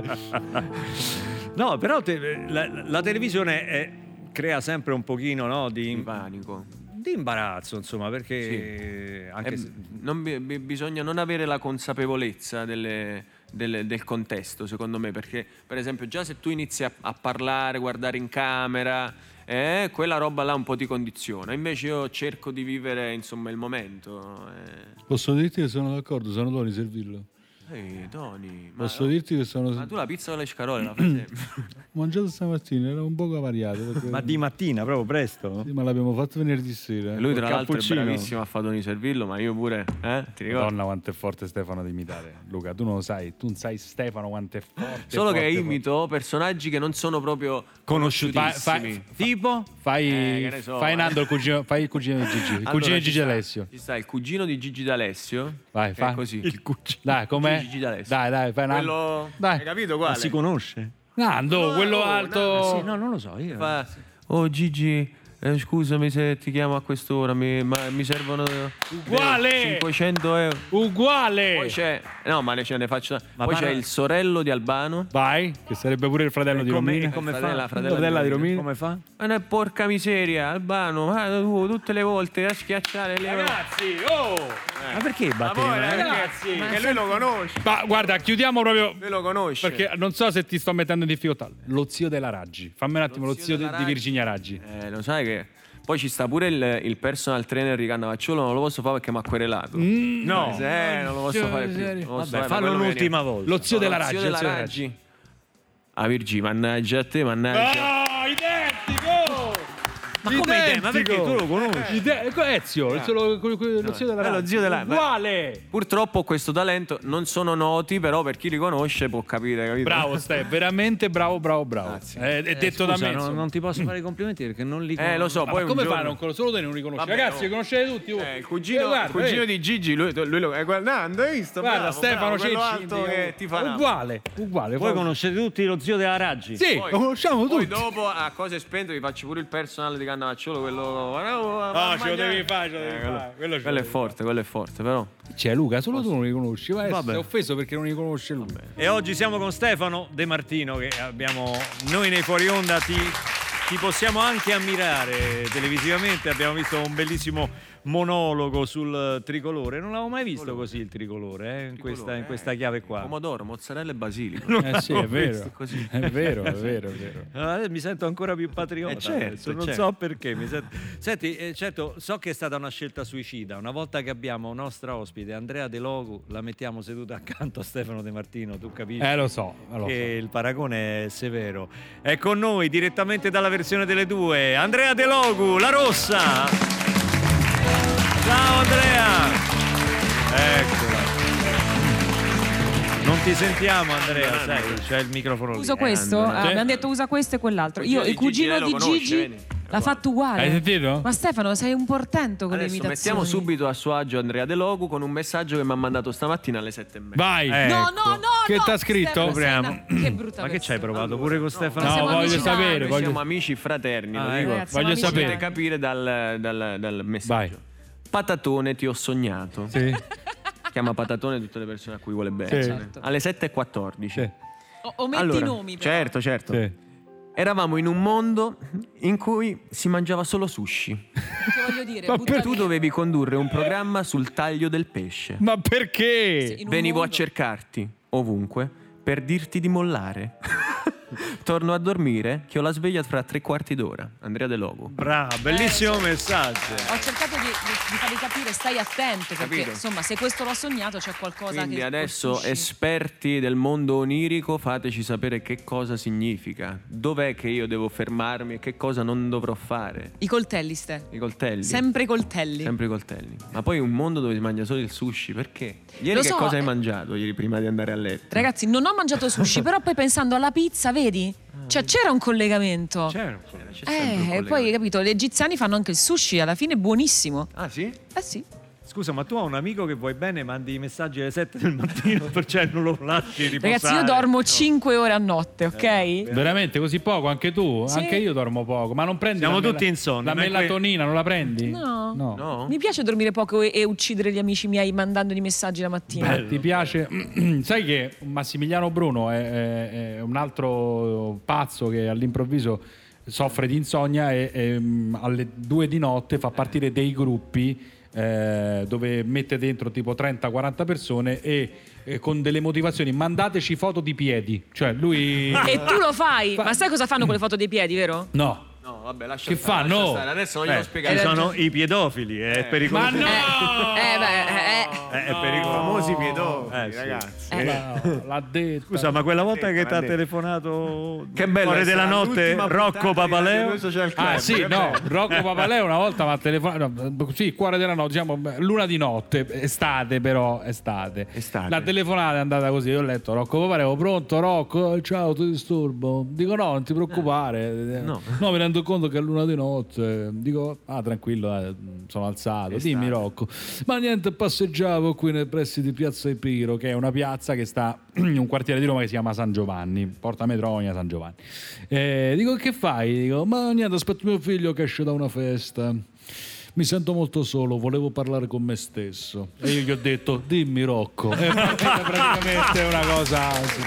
A: No, però te- la, la televisione è- crea sempre un pochino, no,
I: di
A: di,
I: panico.
A: di imbarazzo, insomma, perché anche
I: Eh,
A: se-
I: non bi- bi- bisogna non avere la consapevolezza delle- delle- del contesto, secondo me, perché per esempio già se tu inizi a, a parlare, guardare in camera, eh, quella roba là un po' ti condiziona. Invece io cerco di vivere, insomma, il momento. eh.
C: Posso dirti che sono d'accordo, sono Tony Servillo.
I: Ehi, Tony, ma,
C: Posso dirti che sono...
I: ma tu la pizza con le scarole la fai sempre?
C: Ho mangiato stamattina, era un po' avariato. Perché...
A: ma di mattina, proprio presto?
C: Sì, ma l'abbiamo fatto venerdì sera. eh.
I: Lui tra
A: Col
I: l'altro è
A: cappuccino.
I: bravissimo a fare Tony Servillo, ma io pure, eh? Ti ricordi?
B: Madonna quanto è forte Stefano da imitare. Luca, tu non lo sai, tu non sai Stefano quanto è forte.
I: Solo
B: forte,
I: che
B: forte.
I: imito personaggi che non sono proprio
B: Conosciutissimi.
I: conosciutissimi.
A: Tipo?
B: Fai,
I: Eh, che ne so,
B: fai
I: eh.
B: Nando il cugino, fai il cugino di Gigi. Il
I: Allora,
B: cugino di
I: ci
B: Gigi
I: sta-
B: Alessio.
I: Ci sta il cugino di Gigi D'Alessio.
B: Vai,
I: che
B: fa.
I: è così.
A: Il cugino.
B: Dai, com'è?
I: Gigi D'Alessio.
B: Dai, dai, fai Nando.
I: Quello...
B: Dai.
I: Hai capito
A: Ma
I: quale?
A: si conosce?
B: Nando,
I: No,
B: quello
I: no,
B: alto.
I: no,
A: Sì, no, non lo so, io.
I: Fa, oh Gigi, eh, scusami se ti chiamo a quest'ora, mi, ma mi servono
B: Uguale!
I: cinquecento euro.
B: Uguale.
I: Poi c'è, no, ma ne, ce ne faccio.
A: Ma
I: Poi
A: parla-
I: c'è il sorello di Albano.
B: Vai, che sarebbe pure il fratello di
A: come-
B: Romina.
A: come
I: Fratella-
A: fa?
I: fratella
B: Fratella di Romina.
A: Come fa?
I: Ma una porca miseria, Albano, ma tu tutte le volte a schiacciare le
B: Ragazzi, oh!
A: Ma perché batte le mani?
I: ragazzi, che lui lo conosce.
B: Ma guarda, chiudiamo proprio.
I: Lui lo conosce.
B: Perché non so se ti sto mettendo in difficoltà. Lo zio della Raggi. Fammi un attimo lo zio,
I: zio
B: di,
I: della
B: di
I: Raggi.
B: Virginia Raggi.
I: Eh, lo sai che poi ci sta pure il, il personal trainer di Cannavacciolo, non lo posso fare perché mi ha querelato.
A: No.
I: Eh, non lo posso fare più.
B: serio?
I: Non lo posso
A: Vabbè,
I: fare, ma
A: fallo
I: quello
A: un'ultima
I: viene-
A: volta.
B: Lo zio
I: No,
B: della
I: lo
B: Raggi.
I: zio
B: lo
I: della
B: zio della
I: Raggi. Ah, Virgi, mannaggia a te, mannaggia.
B: Ah, identico!
A: Ma come idea? Ma perché tu lo conosci?
B: Ide- ecco Ezio, il zio- lo, lo- lo zio della
I: Eh, lo
B: Raggi.
I: zio della-
B: Uguale!
I: Purtroppo ho questo talento, non sono noti, però per chi li conosce può capire, capito?
B: Bravo Ste, veramente bravo, bravo, bravo.
I: Grazie.
B: Eh, è detto
A: Scusa,
B: da me.
A: non,
B: insomma.
A: non ti posso fare i complimenti perché non li
I: Eh, lo so,
B: Ma
I: poi un
B: come
I: giorno...
B: fa? Non conosco solo te non riconosci.
I: Vabbè,
B: Ragazzi,
I: oh.
B: li conoscete tutti voi.
I: Eh, il cugino,
B: Eh, guarda,
I: il cugino
B: eh.
I: di Gigi, lui, lui lo... Eh, guardando, hai visto?
B: Guarda,
I: Bravo,
B: Stefano
I: bravo, quello
B: Cecci.
I: alto che ti fa una-
B: Uguale, uguale.
A: Voi
B: fa-
A: conoscete tutti lo zio della Raggi?
B: Sì,
I: Poi-
B: lo conosciamo
I: Poi
B: tutti.
I: dopo a cose spente vi faccio pure il personale di Cannavacciolo, quello...
B: No, ce lo devi fare, ce lo devi
I: Eh, quello-
B: fare. Quello ce
I: Quello
B: lo
I: è
B: devi
I: forte, quello è forte, però.
B: C'è Luca, solo tu non li conosci. Ma
A: Vabbè.
B: sei offeso perché non li conosce lui.
A: E oggi siamo con Stefano De Martino che abbiamo noi nei fuori onda ti ti possiamo anche ammirare televisivamente. Abbiamo visto un bellissimo monologo sul tricolore. Non l'avevo mai visto così il tricolore, eh, in,
I: Tricolore,
A: questa, in
I: eh.
A: questa chiave qua.
I: Pomodoro, mozzarella e basilico.
B: Eh sì, è vero.
I: Così.
B: È vero, è vero, è vero.
A: Ah, mi sento ancora più patriota
I: Eh, certo,
A: adesso, non
I: certo.
A: so perché mi sento... Senti, eh, certo, so che è stata una scelta suicida. Una volta che abbiamo nostra ospite Andrea De Logu, la mettiamo seduta accanto a Stefano De Martino, tu capisci?
B: Eh lo so, lo so.
A: Che il paragone è severo. È con noi direttamente dalla versione delle due Andrea De Logu, La Rossa. Ciao Andrea. Eccola. Non ti sentiamo Andrea, sai, c'è il microfono lì.
K: Uso questo?
A: Eh,
K: Ah, mi hanno detto usa questo e quell'altro. Io, il cugino di Gigi, l'ha fatto uguale.
I: Hai sentito?
K: Ma Stefano, sei un portento con le
I: Adesso
K: imitazioni.
I: mettiamo subito a suo agio Andrea De Logu con un messaggio che mi ha mandato stamattina alle sette e mezza.
B: Vai.
K: No, no, no,
B: Che
K: no,
B: t'ha scritto?
K: Stefano, sei
B: Proviamo.
K: una- Che brutta
A: Ma che ci hai provato pure con Stefano?
B: No,
K: siamo
B: voglio
K: amici
B: sapere,
K: d'anni.
B: voglio-
I: Siamo amici fraterni,
A: Ah,
I: lo
A: eh.
I: dico.
K: Ragazzi,
B: Voglio
K: siamo amici
B: sapere.
I: Potete capire dal, dal- dal messaggio. Patatone, ti ho sognato.
B: Sì.
I: Chiama Patatone tutte le persone a cui vuole bene.
B: Sì.
K: Certo.
I: Alle sette e quattordici.
B: Sì.
K: O, o metti
I: Allora,
K: i nomi. però.
I: certo, certo.
B: Sì.
I: Eravamo in un mondo in cui si mangiava solo sushi.
K: Che voglio dire,
B: Ma
K: butta
B: per-
I: Tu
K: via.
I: dovevi condurre un programma sul taglio del pesce.
B: Ma perché?
K: In un
I: Venivo
K: mondo-
I: a cercarti ovunque per dirti di mollare. Torno a dormire che ho la sveglia fra tre quarti d'ora. Andrea De Logu.
A: Bravo, bellissimo messaggio.
K: Ho cercato di, di, di farvi capire, stai attento, perché
I: Capito?
K: insomma, se questo l'ho sognato c'è qualcosa
I: Quindi
K: che
I: adesso
K: col sushi-
I: esperti del mondo onirico, fateci sapere che cosa significa. Dov'è che io devo fermarmi e che cosa non dovrò fare.
K: I coltelli, Ste.
I: I coltelli.
K: Sempre i coltelli.
I: Sempre i coltelli. Ma poi un mondo dove si mangia solo il sushi, perché? Ieri
K: Lo
I: che
K: so,
I: cosa hai
K: eh.
I: mangiato ieri prima di andare a letto?
K: Ragazzi, non ho mangiato sushi, però poi pensando alla pizza, vedi? Cioè c'era un collegamento.
A: Certo.
I: C'è sempre un
K: Eh, e poi
I: collegamento.
K: capito, gli egiziani fanno anche il sushi, alla fine è buonissimo.
I: Ah sì?
K: Eh sì.
A: Scusa, ma tu hai un amico che vuoi bene, mandi i messaggi alle sette del mattino, perché non lo lasci riposare.
K: Ragazzi, io dormo cinque ore a notte, ok?
B: Veramente così poco? Anche tu?
K: Sì.
B: Anche io dormo poco. Ma non prendi
A: Siamo
B: la
A: tutti insonni,
B: La
A: ma è que-
B: melatonina non la prendi?
K: No.
B: No.
I: No?
K: Mi piace dormire poco e, e uccidere gli amici miei mandandogli messaggi la mattina.
B: Beh, ti piace? Sai che Massimiliano Bruno è, è- è un altro pazzo che all'improvviso soffre di insonnia e, e, mm, alle due di notte fa partire dei gruppi eh, dove mette dentro tipo trenta quaranta persone e, e con delle motivazioni mandateci foto di piedi. Cioè lui...
K: E tu lo fai? Ma sai cosa fanno con le foto dei piedi, vero?
B: No.
I: No, vabbè, lascia
B: Che
I: stare,
B: fanno?
I: lascia stare. Adesso non glielo
A: Eh,
I: spiegare.
A: ci sono i piedofili, è pericoloso.
B: Ma no!
K: Eh, beh, eh,
A: Eh, è
I: I
A: pericoloso.
I: famosi piedofili,
A: Eh, sì.
I: ragazzi.
K: eh.
B: L'ha, l'ha detto.
A: Scusa, ma quella volta che ti ha
I: detto.
A: telefonato
I: Che bello
A: Cuore
I: essere
A: della notte
I: all'ultima
A: Rocco
I: puntata di
A: Papaleo?
I: Radio Social Club.
B: Ah sì,
I: Che
B: no,
I: bello.
B: Rocco Papaleo una volta mi ha telefonato, no, sì, cuore della notte, diciamo luna di notte, estate però, estate.
I: Estate.
B: La telefonata è andata così, io ho letto Rocco Papaleo, pronto Rocco, ciao, ti disturbo? Dico no, non ti preoccupare,
I: No.
B: no, mi rendo conto che è luna di notte, dico ah tranquillo, eh, sono alzato,
I: Estate.
B: dimmi Rocco, ma niente, passeggiavo qui nei pressi di Piazza Epiro, che è una piazza che sta in un quartiere di Roma che si chiama San Giovanni, Porta Metronia, San Giovanni. Eh, dico che fai? Dico ma niente, aspetto mio figlio che esce da una festa. Mi sento molto solo, volevo parlare con me stesso. E io gli ho detto, dimmi Rocco. E praticamente è una cosa sì.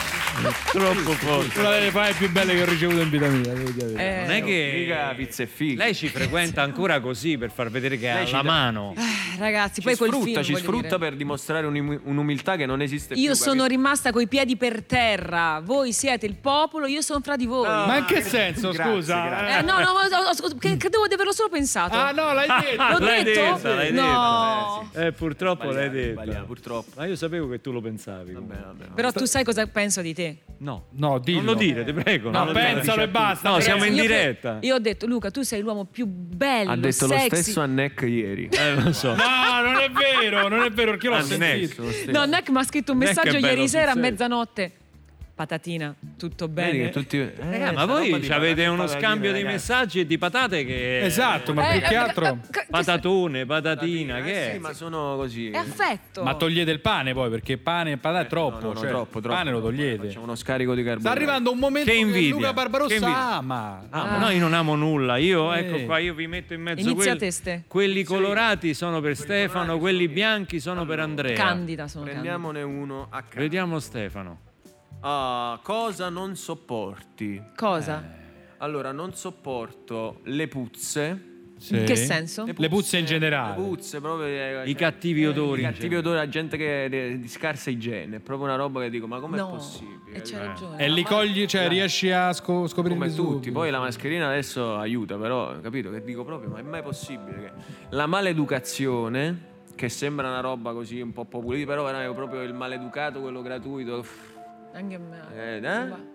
A: Troppo forte.
B: Una delle fame più belle che ho ricevuto in vita mia. devo dire.
K: Eh,
A: Non è che
I: Figa, pizza e figa.
A: lei ci frequenta ancora così per far vedere che ha
I: Lei ci
A: la
I: dà-
A: mano.
K: eh, ragazzi,
I: Ci
K: poi quel
I: sfrutta,
K: film,
I: ci
K: voglio
I: sfrutta
K: dire.
I: per dimostrare un'um- un'umiltà che non esiste più.
K: Io sono
I: capito?
K: rimasta coi piedi per terra. Voi siete il popolo, io sono fra di voi.
I: No.
B: Ma in che senso,
I: Grazie,
B: scusa?
I: grazie.
K: Eh, no, no, no, che- credevo di averlo solo pensato.
B: Ah no, l'hai detto.
K: L'ho
A: L'hai
K: detto?
A: detta, l'hai
K: No.
A: Eh, purtroppo l'hai
I: Sbagliato,
A: detto.
I: sbagliato, purtroppo.
A: Ma io sapevo che tu lo pensavi.
I: Vabbè,
A: comunque.
I: vabbè.
K: Però tu sai cosa penso di te?
A: No.
B: No, dillo.
A: Non lo dire, ti prego.
B: No,
A: non lo dire.
B: pensalo e basta.
A: No,
B: Ragazzi,
A: siamo in
K: Io cre-
A: diretta.
K: Io ho detto, Luca, tu sei l'uomo più bello,
I: Ha detto lo
K: sexy.
I: stesso a Neck ieri.
A: Eh, lo so.
B: No, non è vero, non è vero, perché l'ho
A: Ah,
B: sentito.
I: Lo stesso.
K: No, Neck mi ha scritto un
A: Neck è
K: messaggio
A: bello
K: ieri
A: sul
K: sera a
A: serio.
K: mezzanotte. Patatina, tutto
I: Vedi
K: bene?
I: che tutti... Eh,
A: Eh, ma
I: sta
A: voi
I: roba di
A: avete
I: patatine,
A: uno
I: patatine,
A: scambio di
I: ragazzi.
A: messaggi e di patate che
B: Esatto, ma
K: Eh,
B: più che
K: eh,
B: altro...
K: eh, che-
A: patatone, patatina,
I: Eh,
A: che
I: sì,
A: è?
I: ma sono così.
K: È affetto.
B: Ma togliete il pane poi, perché pane e patate è troppo.
I: No, no, no,
B: cioè,
I: troppo,
B: il
I: troppo.
B: pane lo togliete.
I: Facciamo uno scarico di carboidrati.
B: Sta arrivando un momento
A: Che
B: che,
A: invidia.
B: Luca
A: Che
B: Barbarossa
A: invidia.
B: ama.
A: Ah, ma no, io non amo nulla. Io,
B: Eh.
A: ecco qua, io vi metto in mezzo
K: Inizia
A: quelli,
K: te, Ste.
A: quelli colorati sono per Stefano, quelli bianchi sono per Andrea.
K: Candida sono candida.
I: Prendiamone uno a caso.
A: Vediamo Stefano.
I: Ah, cosa non sopporti?
K: Cosa?
I: Allora, non sopporto le puzze.
B: Sì.
K: In che senso?
B: Le puzze in generale.
I: Le puzze, proprio eh,
A: I cattivi odori.
I: I cattivi odori, la gente che è di scarsa igiene. È proprio una roba che dico, ma com'è
K: No,
I: possibile?
K: e c'hai ragione.
B: E li cogli, cioè riesci a sco- scoprirli
I: Come tutti,
B: subito.
I: poi la mascherina adesso aiuta, però capito che dico proprio, ma è mai possibile che la maleducazione, che sembra una roba così un po' popolare, però era proprio il maleducato, quello gratuito.
K: Anche a me.
I: Eh, eh?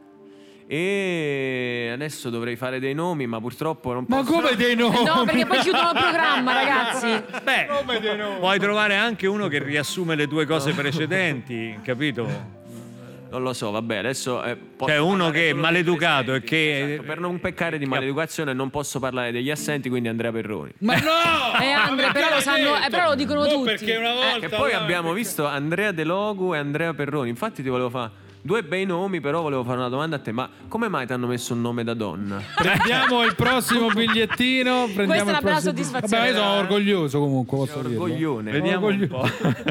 I: E adesso dovrei fare dei nomi, ma purtroppo non posso.
B: Ma come dei nomi?
K: Eh no, perché poi chiudono il programma, ragazzi.
A: Beh, puoi trovare anche uno che riassume le due cose precedenti, capito?
I: Non lo so, vabbè, adesso eh, posso
A: Cioè uno
I: parlare
A: che è
I: solo dei
A: maleducato e
I: presenti,
A: che
I: esatto, per non peccare di maleducazione non posso parlare degli assenti, quindi Andrea Perroni.
B: Ma no!
K: Eh, Andre, però lo sanno, eh, però lo dicono
B: Oh,
K: tutti.
B: perché una volta
I: Che poi
B: no,
I: abbiamo
B: perché-
I: visto Andrea De Logu e Andrea Perroni. Infatti ti volevo fare due bei nomi, però volevo fare una domanda a te. Ma come mai ti hanno messo un nome da donna?
B: Prendiamo il prossimo bigliettino. Prendiamo
K: Questa è una
B: il
K: bella
B: prossimo-
K: soddisfazione.
B: Vabbè, io sono orgoglioso comunque, posso dirlo.
I: Orgoglione.
A: Vediamo un po'.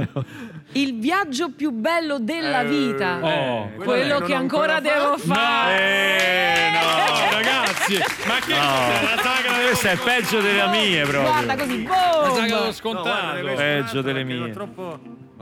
K: Il viaggio più bello della vita.
B: Oh,
K: quello che ancora devo fare.
A: Eh, no,
B: ragazzi, ma che
A: No.
B: la sagra del
A: questo è il peggio delle mie proprio.
K: Guarda così,
B: La sagra dello
K: boom.
B: scontato.
A: Peggio delle mie.
I: Troppo...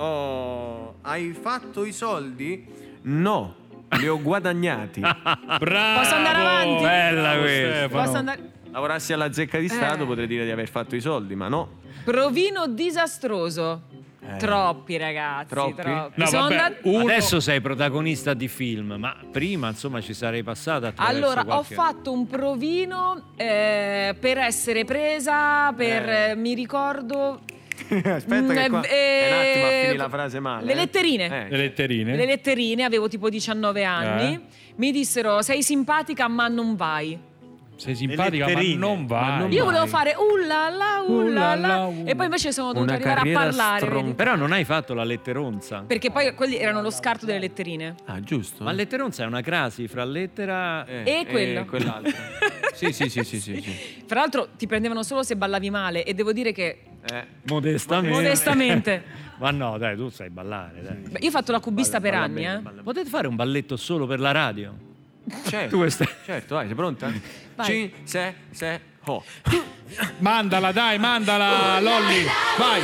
I: Oh, hai fatto i soldi? No, li ho guadagnati.
B: Bravo.
K: Posso andare avanti?
A: Bella
B: Bravo,
A: questa.
B: Stefano.
K: Posso andare?
I: Lavorassi alla zecca di Stato
K: Eh.
I: potrei dire di aver fatto i soldi, ma no.
K: Provino disastroso. Troppi ragazzi,
I: Troppi?
K: troppi.
B: No,
K: Sono
B: vabbè,
K: andati-
B: uno-
A: Adesso sei protagonista di film, ma prima insomma ci sarei passata attraverso
K: Allora,
A: qualche...
K: ho fatto un provino eh, per essere presa, per
I: Eh.
K: eh, mi ricordo
I: Aspetta che
K: Mm,
I: qua
K: eh,
I: è un attimo a finire la frase male.
K: le
I: eh.
K: letterine.
I: Eh.
B: Le letterine.
K: le letterine, avevo tipo diciannove anni.
B: Eh.
K: Mi dissero "Sei simpatica, ma non vai".
B: Sei simpatica, ma
A: letterine.
B: non va.
I: Ma non
K: Io
I: vai.
K: volevo fare ullala, ullala,
B: Ullala,
K: e poi invece sono dovuta
I: Una
K: arrivare a
I: carriera
K: parlare,
I: stron-
K: vedi?
A: Però non hai fatto la letteronza.
K: Perché poi quelli erano lo scarto delle letterine.
I: Ah, giusto.
A: Ma letteronza è una crasi fra lettera
I: Eh,
K: E quello.
I: quell'altro. sì, sì, sì, sì, sì, sì.
K: Fra l'altro ti prendevano solo se ballavi male e devo dire che
I: Eh.
A: modestamente.
K: modestamente
A: Ma no, dai, tu sai ballare, dai.
K: Beh, io ho fatto la cubista per
I: Balla
K: anni,
I: bene,
K: eh.
I: balla bene.
A: Potete fare un balletto solo per la radio?
I: Certo,
A: Tu stai-
I: certo, vai, sei pronta?
K: Vai.
I: Ci, se, se, ho.
B: Mandala, dai, mandala, Lolli. Vai.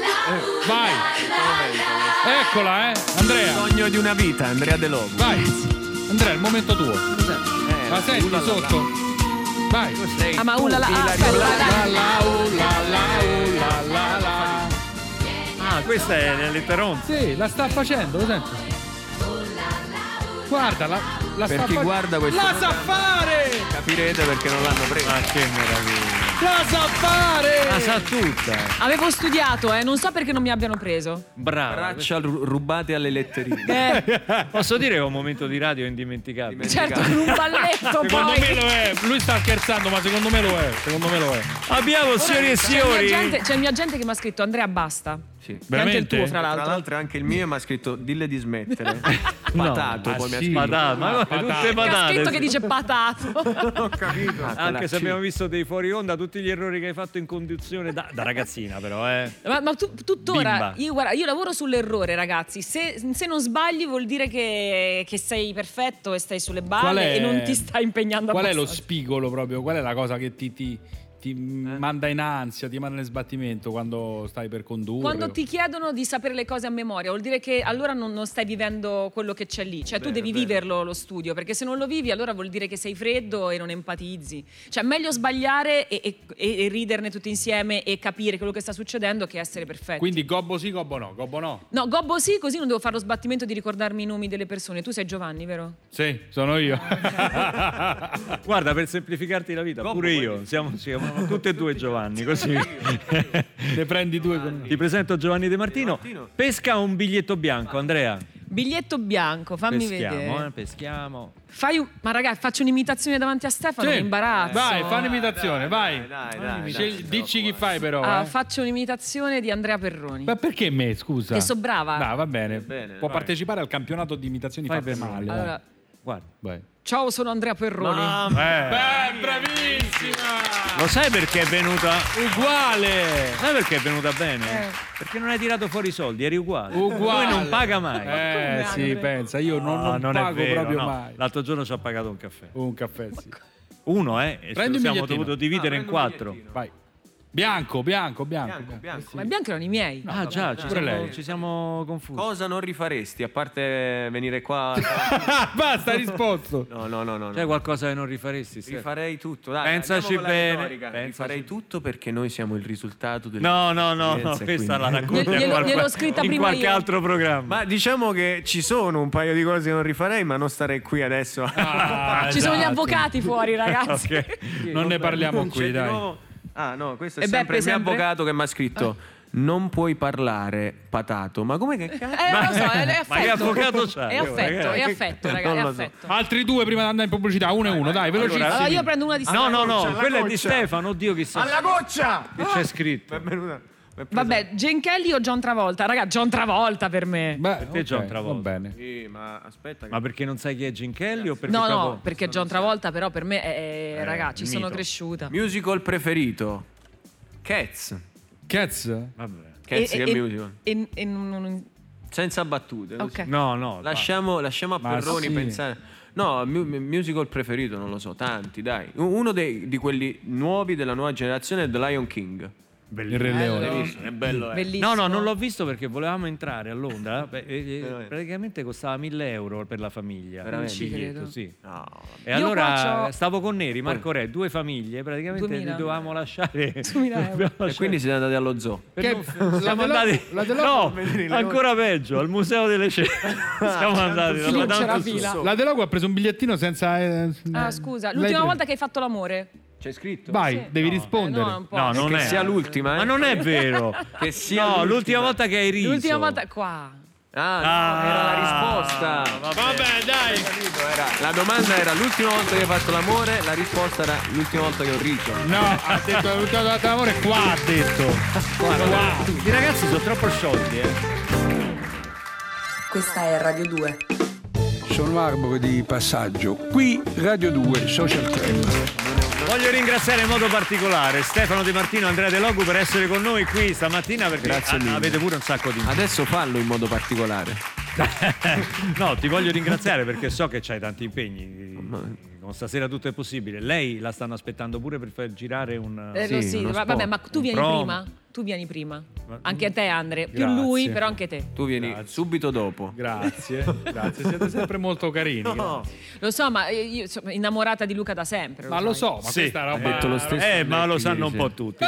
B: Vai. Eccola, eh. Andrea.
I: Sogno di una vita, Andrea De Logu.
B: Vai. Andrea, il momento tuo.
I: Eh,
B: La senti
I: ullala.
B: sotto? Vai.
I: Sei
K: Ah, ma
I: tu,
K: ullala, ah,
I: Ilario
K: aspetta,
I: Lolli.
B: La la uh, la la uh, la la la.
A: Ah, questa è la letteronza.
B: Sì, la sta facendo, lo senti? Guarda, la, la
I: Per
B: sta
I: chi
B: fa-
I: guarda questo
B: La sa
I: programma-
B: fare!
I: Capirete perché non l'hanno preso.
A: Ma che meraviglia.
B: La sa fare!
A: La sa tutta.
K: Avevo studiato, eh, non so perché non mi abbiano preso.
A: Brava.
I: Braccia ru- rubate alle letterine.
K: Eh,
A: Posso dire che è un momento di radio indimenticabile.
K: certo, con un balletto
B: Secondo
K: poi.
B: me lo è. Lui sta scherzando, ma secondo me lo è. Secondo me lo è.
A: Abbiamo, signori e
K: C'è il mio
A: signori.
K: agente, c'è il mio agente che mi ha scritto Andrea basta.
I: Sì.
K: E anche il tuo, fra
I: Tra
K: l'altro.
I: l'altro è anche il mio mi ha scritto dille di smettere. Patato,
B: ma
I: poi mi ha
B: sì.
I: scritto.
A: Patate, ma guarda,
B: Patate.
A: tutte
K: Che ha
A: patate.
K: scritto che dice patato.
I: Ho capito.
A: Anche se abbiamo visto dei fuori onda, tutti gli errori che hai fatto in conduzione da, da ragazzina, però, eh.
K: Ma, ma tu, tuttora
A: Bimba.
K: io, guarda, io lavoro sull'errore, ragazzi. Se, se non sbagli vuol dire che, che sei perfetto e stai sulle
B: Qual
K: balle
B: è-
K: e non ti stai impegnando
B: Qual è lo
K: abbastanza.
B: spigolo proprio? Qual è la cosa che ti, ti, ti manda in ansia, ti manda in sbattimento quando stai per condurre?
K: Quando ti chiedono di sapere le cose a memoria, vuol dire che allora non, non stai vivendo quello che c'è lì. Cioè, tu devi viverlo lo studio, perché se non lo vivi, allora vuol dire che sei freddo e non empatizzi. Cioè, meglio sbagliare e, e- e- e riderne tutti insieme e capire quello che sta succedendo che essere perfetti.
B: Quindi gobbo sì, gobbo no, gobbo no.
K: No, gobbo sì, così non devo fare lo sbattimento di ricordarmi i nomi delle persone. Tu sei Giovanni, vero?
B: Sì, sono io.
A: Guarda, per semplificarti la vita, pure io. Siamo, siamo tutti e due Giovanni, così.
B: Ne prendi due con...
A: Ti presento Giovanni De Martino. Pesca un biglietto bianco, Andrea.
K: Biglietto bianco, fammi
A: Peschiamo,
K: vedere.
A: eh, peschiamo.
K: Fai un... Ma ragazzi, faccio un'imitazione davanti a Stefano,
B: Sì.
K: mi imbarazzo.
B: Vai, fai un'imitazione, vai.
I: Dai, dai,
B: Scegli-
I: dai,
B: dici chi fai però.
K: Ah,
B: eh.
K: faccio un'imitazione di Andrea Perroni.
B: Ma perché me, scusa?
K: Che so brava.
B: No, va bene.
I: bene,
B: Può
I: vai.
B: partecipare al campionato di imitazioni
A: Fai
B: fatte
A: per
B: male.
K: Allora,
A: Guarda.
B: Vai.
K: ciao, sono Andrea Perroni.
A: Eh.
B: Beh, bravissima!
A: Lo sai perché è venuta?
B: Uguale!
A: Sai perché è venuta bene?
K: Eh.
A: Perché non hai tirato fuori i soldi, eri uguale.
B: Uguale.
A: Lui non paga mai.
B: Eh sì,
K: Andre?
B: pensa, io non,
A: No,
B: non
A: non è
B: pago
A: vero,
B: proprio
A: no.
B: mai.
A: L'altro giorno ci ha pagato un caffè.
B: Un caffè, sì.
A: Uno, eh? E
B: Prendi
A: ci
B: un
A: siamo
B: bigliettino.
A: dovuto dividere
I: Ah,
A: in
I: prendo un
A: quattro.
I: bigliettino.
B: Vai. Bianco, bianco, bianco.
I: Bianco, bianco.
K: Ma i bianchi erano i miei.
A: Ah, già, ci
B: pure
A: siamo,
B: lei.
A: ci siamo confusi.
I: Cosa non rifaresti a parte venire qua?
B: Basta, hai risposto.
I: No, no, no, no.
A: C'è
I: no.
A: qualcosa che non rifaresti? Stefano?
I: Rifarei tutto. Dai,
A: Pensaci
I: andiamo con la
A: bene,
I: retorica.
A: pensaci-
I: Rifarei tutto perché noi siamo il risultato del.
A: No, no, no, no, questa la racconto in
K: Glielo-
A: qualche,
K: gliel'ho scritta
A: in
K: prima
A: qualche
K: io.
A: altro programma.
I: Ma diciamo che ci sono un paio di cose che non rifarei, ma non starei qui adesso.
B: Ah,
K: Ci sono gli
B: esatto.
K: avvocati fuori, ragazzi.
A: Ok.
B: Non ne parliamo
I: Non c'è
B: qui,
I: di
B: dai.
I: nuovo- Ah, no, questo è
K: E
I: sempre
K: Beppe
I: il mio
K: sempre?
I: avvocato che mi ha scritto. Non puoi parlare, patato. Ma come che cazzo?
K: Eh, non lo so, è, è affetto.
A: Ma che avvocato c'hai?
K: È affetto, è affetto, raga, è
I: Non lo so.
K: affetto.
B: Altri due prima di andare in pubblicità, uno e uno, dai, velocissimi.
K: Allora io prendo una di
A: No, no, no,
I: alla
A: quella è di
I: goccia.
A: Stefano, oddio chissà
I: Alla goccia!
A: che c'è scritto.
I: Mi è venuta- mi è presa-
K: Vabbè, Gene Kelly o John Travolta? Raga, John Travolta per me.
B: Beh,
A: te
B: ok,
A: John Travolta.
B: Va bene.
I: Sì, ma aspetta. Che...
A: Ma perché non sai chi è Gene Kelly o perché
K: No,
A: proprio-
K: no, perché John Travolta però per me è, raga, ci
A: il
K: sono
A: mito.
K: cresciuta.
I: Musical preferito? Cats.
B: Cats?
A: Vabbè.
I: Cats
K: E-
I: che
K: e-
I: musical.
K: e- e non- non-
I: Senza battute. così.
K: Ok.
A: No, no.
I: Lasciamo, lasciamo a
B: Ma
I: Perroni
B: sì.
I: pensare. No, mu- musical preferito non lo so, tanti, dai. Uno dei- di quelli nuovi della nuova generazione è The Lion King.
B: Il Re Leone.
I: L'hai visto? È bello, eh.
K: Bellissimo.
A: No, no, non l'ho visto perché volevamo entrare a Londra. Beh, e- e
I: Veramente.
A: praticamente costava mille euro per la famiglia.
I: Veramente?
A: Il biglietto,
K: Non ci
A: sì.
I: No,
A: E
K: Io
A: allora
K: qua c'ho-
A: stavo con Neri, Marco Re, due famiglie, praticamente
K: duemila.
A: li dovevamo lasciare.
K: duemila euro.
A: Dobbiamo
I: e
A: lasciare-
I: quindi siete andati allo zoo.
A: per
B: Che-
A: non-
B: la
A: siamo
B: della-
A: andati
B: la della-
A: no,
I: vedere i leoni.
A: ancora peggio, al Museo delle Scienze. Siamo andati
K: Sì,
A: da
K: c'era
A: tanto su-
K: fila.
B: La Delogu ha preso un bigliettino senza. eh,
K: Ah,
B: eh,
K: scusa,
B: lei
K: l'ultima
B: pre-
K: volta che hai fatto l'amore?
I: C'è scritto?
B: Vai,
K: Sì.
B: devi
K: No,
B: rispondere.
K: eh, no, un po'.
A: No, non
I: che
A: è.
I: sia l'ultima, eh.
A: Ma non è vero.
I: Che sia
A: No,
I: l'ultima.
A: l'ultima volta che hai riso.
K: L'ultima volta qua.
I: Ah, no,
A: Ah,
I: era la risposta.
B: Vabbè, dai.
I: Capito, era- La domanda era l'ultima volta che hai fatto l'amore, la risposta era l'ultima volta che ho riso.
B: No, ha detto l'ultima volta l'amore qua, ha detto.
A: I ragazzi sono troppo sciolti, eh.
G: Questa è Radio due.
L: Sono Arbore di passaggio, qui Radio due Social Club.
A: Voglio ringraziare in modo particolare Stefano De Martino e Andrea De Logu per essere con noi qui stamattina perché
I: Grazie
A: a-
I: mille.
A: avete pure un sacco di
I: Adesso fallo in modo particolare.
A: No, ti voglio ringraziare perché so che c'hai tanti impegni. Con stasera tutto è possibile. Lei la stanno aspettando pure per far girare un
K: Eh, lo
I: Sì,
K: sì,
I: uno
K: va-
I: spot.
K: vabbè, ma tu
A: Un
K: vieni
A: promo.
K: prima. Tu vieni prima. Anche te, Andre. Più
B: Grazie.
K: lui, però anche te.
I: Tu vieni subito dopo.
B: Grazie, grazie, siete sempre molto carini.
K: Lo so, ma io sono innamorata di Luca da sempre.
B: Ma lo
K: sai.
B: so, ma
A: Sì,
B: questa roba.
I: ha detto lo stesso.
A: Eh, ma lo
I: Lecchi
A: sanno un
I: ieri
A: po'
I: sera.
A: tutti.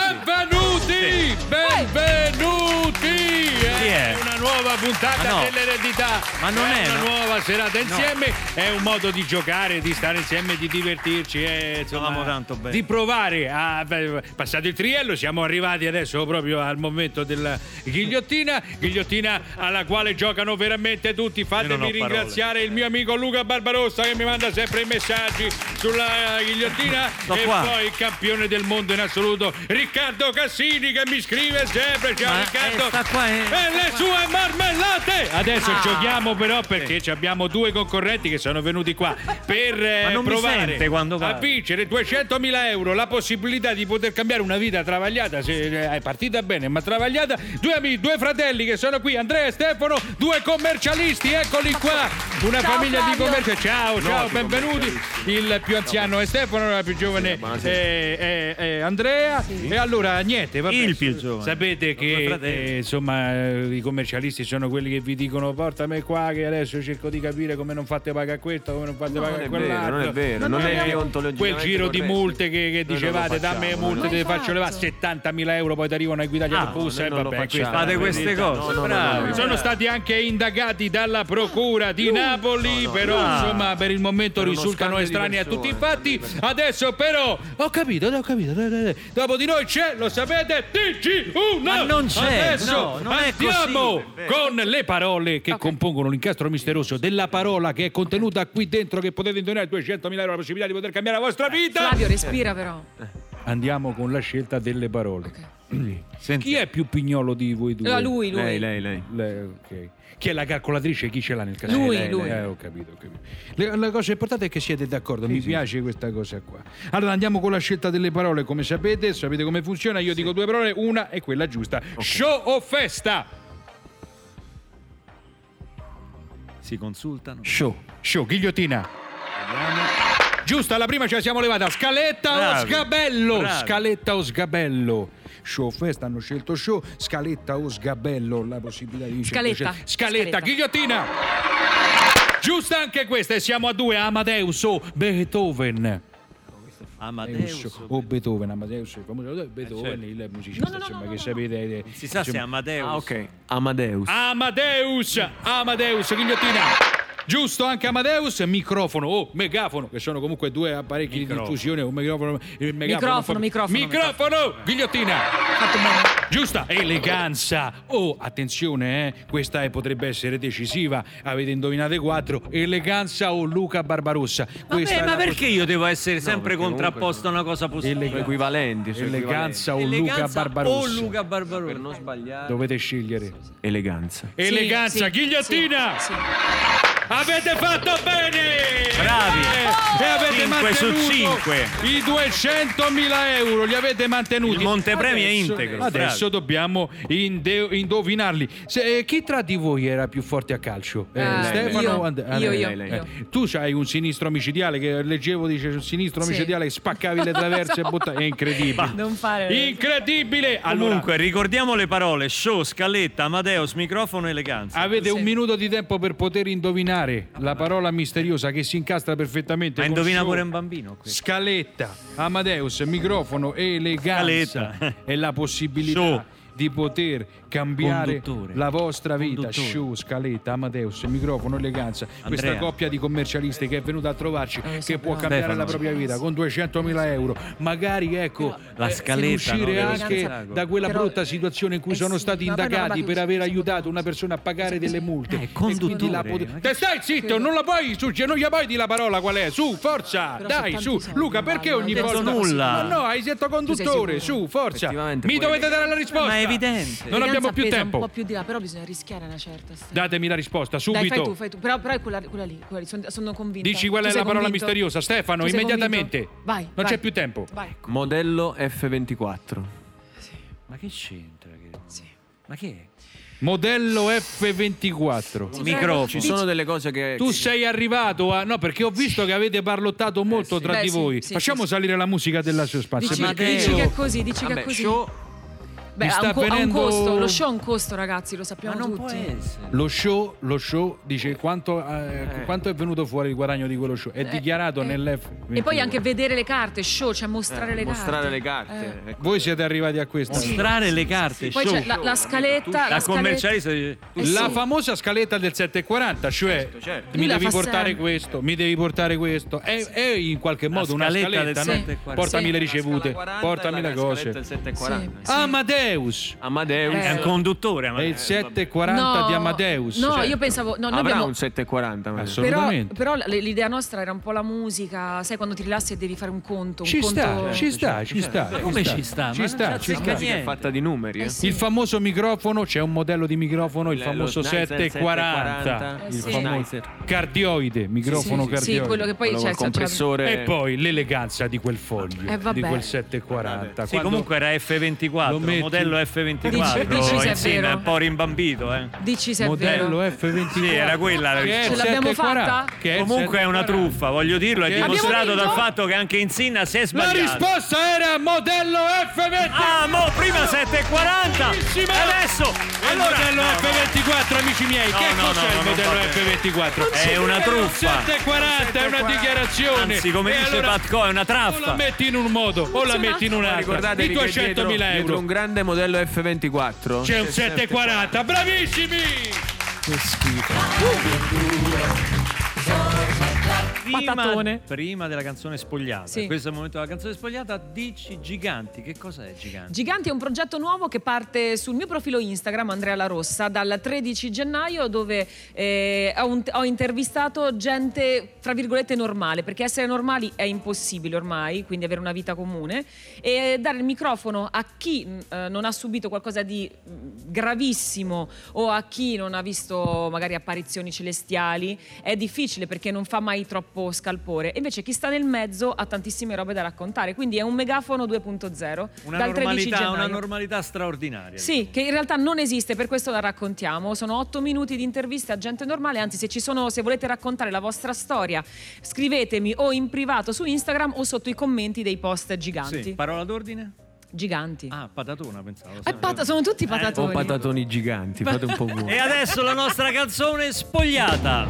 A: sì.
B: Benvenuti! Benvenuti!
A: Chi è?
B: Una nuova puntata
A: Ma no.
B: dell'eredità.
A: Ma non è,
B: una
A: no.
B: nuova serata insieme. È un modo di giocare, di stare insieme, di divertirci. E, insomma,
A: Stavamo tanto bene.
B: Di provare a. beh, passato il triello, siamo arrivati adesso proprio al momento della ghigliottina. Ghigliottina alla quale giocano veramente tutti.
A: Io non
B: Fatemi
A: ho
B: ringraziare il mio amico Luca Barbarossa che mi manda sempre i messaggi sulla ghigliottina.
A: Sto
B: e
A: qua.
B: poi il campione del mondo in assoluto, Riccardo Cassini, che mi scrive sempre. Ciao
A: Ma,
B: Riccardo.
A: eh, sta qua, eh.
B: E le sue marmellate. Adesso
K: Ah.
B: giochiamo però perché ci abbiamo due concorrenti che sono venuti qua per eh,
A: Ma non mi
B: provare
A: sente quando
B: a
A: parlo.
B: vincere duecentomila euro, la possibilità di poter cambiare una vita travagliata. Se eh, è partita bene ma travagliata. Due amici, due fratelli che sono qui, Andrea e Stefano, due commercialisti, eccoli qua. Una
K: Ciao,
B: famiglia di
K: Flavio.
B: commercio. Ciao, ciao,
I: Noti
B: benvenuti. Il più anziano è Stefano, la più giovane è, è- è Andrea. E allora niente, vabbè,
A: Il più giovane.
B: sapete
A: Sono due
B: che
A: fratelli.
B: eh, insomma eh, i commercialisti sono quelli che vi dicono portami qua che adesso cerco di capire come non fate pagare questo, come non fate
I: Non
B: pagare
I: è
B: quell'altro.
I: vero, non è vero, non è deontologicamente
B: Quel giro di
I: corretto.
B: multe che, che
I: Noi
B: dicevate
I: non lo
B: dammi le
I: facciamo,
B: multe,
K: non
B: te le
K: l'hai
B: faccio levare
K: fatto.
B: settantamila euro, poi ti arrivano a guidare
A: Ah,
B: il bus
I: noi
B: e
I: non lo
B: vabbè,
I: facciamo.
B: questa-
A: Fate queste
I: No,
A: cose,
I: no, no,
A: bravi.
I: no, no.
B: sono stati anche indagati dalla procura di Napoli, però
A: no.
B: insomma per il momento
I: Per uno
B: risultano
I: scambio di
B: estranei a tutti i
I: persone.
B: fatti. Adesso però ho capito, ho capito. dai, dai, dai. Dopo di noi c'è, lo sapete, T G uno.
A: Ma non c'è,
B: Adesso
A: no, non è
B: andiamo
A: così.
B: con le parole che compongono l'incastro misterioso della parola che è contenuta qui dentro, che potete indovinare duecentomila euro, la possibilità di poter cambiare la vostra vita.
K: Flavio, respira però.
B: Andiamo con la scelta delle parole.
A: Senti,
B: Chi è più pignolo di voi due?
K: Ah, lui, lui.
I: Lei, lei, lei.
B: Lei, ok. Chi è la calcolatrice? Chi ce l'ha nel caso?
K: Lui,
B: Lei,
K: lui.
B: lei. Eh, ho capito, ho capito. Le- La cosa importante è che siete d'accordo, mi piace questa cosa qua. Allora andiamo con la scelta delle parole, come sapete, sapete come funziona, io dico due parole, una è quella giusta. Show o festa?
A: si consultano.
B: Show. Show, ghigliottina. Giusta, la prima ce la siamo levata. Scaletta
A: Bravi,
B: o sgabello?
A: bravi.
B: Scaletta o sgabello? Show Fest hanno scelto show. Scaletta o sgabello? La possibilità di vincere.
K: Scaletta.
B: Scaletta,
K: Scaletta.
B: ghigliottina. Giusta anche questa e siamo a due. Amadeus o Beethoven?
A: Amadeus
B: o Beethoven. Amadeus, il famoso Beethoven,
A: certo.
B: il musicista,
K: No, no, no,
B: insomma,
K: no,
B: che
K: no,
B: sapete.
A: Si sa se è Amadeus.
I: Ah, ok. Amadeus.
B: Amadeus, Amadeus, ghigliottina. Giusto anche Amadeus, microfono o megafono, che sono comunque due apparecchi
A: Microfono.
B: di diffusione, un microfono, il megafono,
K: Microfono,
B: fa-
K: microfono,
B: microfono, ghigliottina.
K: Fatto bene.
B: Giusta, eleganza. Oh, attenzione, eh, questa è- potrebbe essere decisiva. Avete indovinato quattro. Eleganza o Luca Barbarossa. Questa
A: Vabbè,
B: è
A: ma
B: la
A: perché io devo essere sempre
I: perché
A: contrapposto a una cosa positiva?
B: Elega-
I: Equivalenti. sono
B: Eleganza o
A: Eleganza
B: Luca Barbarossa.
A: o Luca
I: equivalenti.
A: Barbarossa?
I: Per non sbagliare.
B: Dovete scegliere.
I: Eleganza.
B: Eleganza,
K: sì,
B: ghigliottina.
K: sì, sì.
B: Avete fatto bene!
A: Bravi!
B: E avete
A: Cinque su
B: mantenuto
A: cinque.
B: i duecentomila euro, li avete mantenuti.
A: Il montepremi è
B: Adesso-
A: integro,
B: Adesso
A: bravi.
B: dobbiamo inde- indovinarli. Se- eh, chi tra di voi era più forte a calcio? Eh,
K: Eh,
B: Stefano
K: io.
B: o And- ah,
K: Io,
B: lei,
K: io,
B: lei, lei.
K: io.
B: Eh, tu hai un sinistro micidiale che leggevo, dice un sinistro
K: Sì.
B: micidiale che spaccavi le traverse e buttavi. È incredibile.
K: Non fare.
B: Incredibile! Allora,
A: Comunque, ricordiamo le parole: show, scaletta, Amadeus, microfono, eleganza.
B: avete
K: Sì.
B: un minuto di tempo per poter indovinare la parola misteriosa che si incastra perfettamente
A: Ma
B: con
A: indovina
B: show,
A: pure un bambino qui.
B: scaletta, Amadeus, microfono, eleganza
A: Scaletta.
B: e la possibilità
A: Show.
B: di poter cambiare
A: Conduttore.
B: la vostra vita.
A: Conduttore.
B: Show, scaletta, Amadeus, microfono, eleganza. Questa
A: Andrea.
B: coppia di commercialisti che è venuta a trovarci,
K: Eh, lo
B: che può
K: sappiamo.
B: cambiare
A: Stefano.
B: la propria vita con duecentomila euro. Magari, ecco,
A: La
B: eh,
A: scaletta,
B: uscire
A: no,
B: anche
A: dell'eleganza.
B: da quella
K: Però-
B: brutta situazione in cui
K: eh
B: sono
K: sì,
B: stati
K: ma poi una
B: indagati
K: roba
B: per
K: che-
B: aver
K: scusa,
B: aiutato una persona a pagare delle multe.
A: Eh,
B: E quindi
A: conduttore,
B: la pot-
A: ma che-
B: Te stai zitto, non la puoi su, non gli puoi dire la parola qual è. Su, forza,
K: Però
B: dai,
K: sono
B: su.
K: tanti soldi,
B: Luca, perché
K: Vallo,
B: ogni
K: non
B: volta
A: detto nulla.
B: Ma no, hai detto conduttore,
K: Tu sei
B: su, forza.
I: Effettivamente
B: Mi
I: poi
B: dovete
I: le-
B: dare la risposta.
A: Ma è evidente.
B: Non abbiamo
K: Eleganza
B: più
K: pesa
B: tempo.
K: un po' più di là, però bisogna rischiare una certa. sì.
B: Datemi la risposta
K: Dai,
B: subito.
K: fai tu, fai tu. Però, però è quella, quella lì, quella lì. Sono, sono convinta.
B: Dici qual
K: Tu
B: è
K: sei
B: la parola
K: convinto?
B: misteriosa, Stefano,
K: Tu sei
B: immediatamente.
K: convinto? Vai.
B: Non
K: vai.
B: c'è più tempo.
K: Vai.
I: Modello F ventiquattro.
A: Ma che c'entra? Che...
K: Sì.
A: Ma che è?
B: Modello F ventiquattro.
A: Microfono.
I: Ci sono delle cose che.
B: Tu sei arrivato a... No, perché ho visto che avete parlottato molto
I: sì.
B: tra
K: Beh,
B: di
K: sì,
B: voi.
K: sì,
B: Facciamo
K: sì, sì.
B: salire la musica della suspense.
K: Dici,
B: perché
K: dici
B: io-
K: che è così, dici che
I: Vabbè,
K: è così.
I: show.
K: Beh,
B: mi
K: ha
B: sta
K: un, co- ha un
B: venendo-
K: costo. Lo show ha un costo, ragazzi, lo sappiamo
A: Ma non
K: tutti.
A: può essere.
B: Lo show, lo show dice quanto, eh, quanto è venuto fuori il guadagno di quello show. È
K: Eh,
B: dichiarato
K: eh.
B: nell'F ventiquattro.
K: E poi anche vedere le carte, show, cioè mostrare le
I: Mostrare
K: carte.
I: le carte. Ecco.
B: Voi siete arrivati a questa.
A: Mostrare le carte,
K: Poi
A: show.
K: c'è la, la scaletta.
A: La
K: scaletta-
A: commercialista dice...
K: Eh
B: La
K: sì.
B: famosa scaletta del sette e quaranta, cioè
I: Certo, certo.
B: mi
K: Lui la
B: devi
K: fa
B: portare
K: sempre.
B: questo, mi devi portare questo. È, è in qualche modo una
A: scaletta
B: scaletta,
A: del
B: no?
A: sette e quaranta.
B: Portami
K: Sì.
B: le
I: La
B: ricevute,
I: scala quaranta
B: portami
I: e la
B: le
I: scaletta
B: cose.
I: del sette e quaranta.
K: Sì.
B: Amadeus
I: Amadeus.
K: Eh.
A: È un conduttore,
B: è
A: ma...
B: il sette e quaranta
K: No,
B: di Amadeus.
K: No,
B: Certo.
K: io pensavo. No, noi
I: Avrà
K: abbiamo.
I: un sette e quaranta. ma-
B: Assolutamente.
K: Però,
B: Assolutamente.
K: però l- l'idea nostra era un po' la musica, sai quando ti rilassi e devi fare un conto. Un
B: Ci
K: conto...
B: sta, ci sta, ci sta.
A: Ma come ci sta?
B: Ci
A: Ma
B: sta,
A: non
B: ci
A: c'è
B: sta.
I: Musica è fatta di numeri. Eh?
K: Eh sì.
B: Il famoso microfono, c'è un modello di microfono, il
I: Lo
B: famoso
I: Snizer
B: sette e quaranta,
I: sette e quaranta.
K: Eh
B: il
K: sì.
B: famoso
I: Snizer.
B: cardioide, microfono
K: Sì, sì,
B: cardioide.
K: sì, quello che poi
I: Quello
K: c'è.
I: col compressore.
B: E poi l'eleganza di quel foglio,
K: Eh, vabbè.
B: di quel sette e quaranta.
A: Sì,
B: Quando-
A: comunque era F ventiquattro,
B: lo metti-
A: modello F ventiquattro.
K: Dici- dici se è
A: Insomma,
K: vero.
A: è un po' rimbambito, eh.
K: Dici se è
B: modello
K: vero.
B: F ventiquattro.
A: Sì, era quella la
B: Che è il
K: Ce l'abbiamo
B: sette e quaranta,
K: fatta?
B: che è il
A: Comunque è una
B: sette e quaranta.
A: truffa, voglio dirlo, è
B: Che-
A: dimostrato
K: Abbiamo
A: dal
K: vinto?
A: fatto che anche Insinna si è
B: La
A: sbagliato.
B: risposta era modello F ventiquattro.
A: Ah, mo prima sette e quaranta.
B: Bravissima!
A: E adesso
B: Il
A: allora
B: modello
A: no,
B: F ventiquattro, amici miei,
A: No,
B: che
A: no,
B: cos'è
A: no,
B: il
A: no,
B: modello
A: non va
B: F ventiquattro?
A: È una truffa.
B: sette e quaranta è una dichiarazione.
A: Anzi, come
B: E
A: dice
B: allora,
A: Patco, è una
B: o la
A: traffa.
B: metti in un modo o la metti in un altro.
I: Ricordatevi
B: Di
I: che
B: duecentomila
I: dietro- dietro
B: euro
I: un grande modello F ventiquattro.
B: c'è un sette e quaranta. Bravissimi!
A: Prima,
K: Patatone.
A: prima della canzone spogliata.
K: Sì.
A: Questo è il momento della canzone spogliata. Dici Giganti, che cos'è Giganti?
K: Giganti è un progetto nuovo che parte sul mio profilo Instagram, Andrea La Rossa, dal tredici gennaio, dove eh, ho, un- ho intervistato gente, fra virgolette, normale, perché essere normali è impossibile ormai, quindi avere una vita comune, e dare il microfono a chi eh, non ha subito qualcosa di mh, gravissimo o a chi non ha visto magari apparizioni celestiali. È difficile perché non fa mai troppo troppo scalpore. E invece chi sta nel mezzo ha tantissime robe da raccontare, quindi è un megafono due punto zero
A: Una
K: dal tredici
A: normalità,
K: gennaio.
A: una normalità straordinaria.
K: Sì, che in realtà non esiste, per questo la raccontiamo. Sono otto minuti di interviste a gente normale, anzi se ci sono, se volete raccontare la vostra storia, scrivetemi o in privato su Instagram o sotto i commenti dei post giganti.
A: Sì, parola d'ordine?
K: Giganti.
A: Ah, patatona pensavo.
K: Eh, pata- sono tutti patatoni.
I: O patatoni giganti, fate un po' voi.
A: E adesso la nostra canzone spogliata.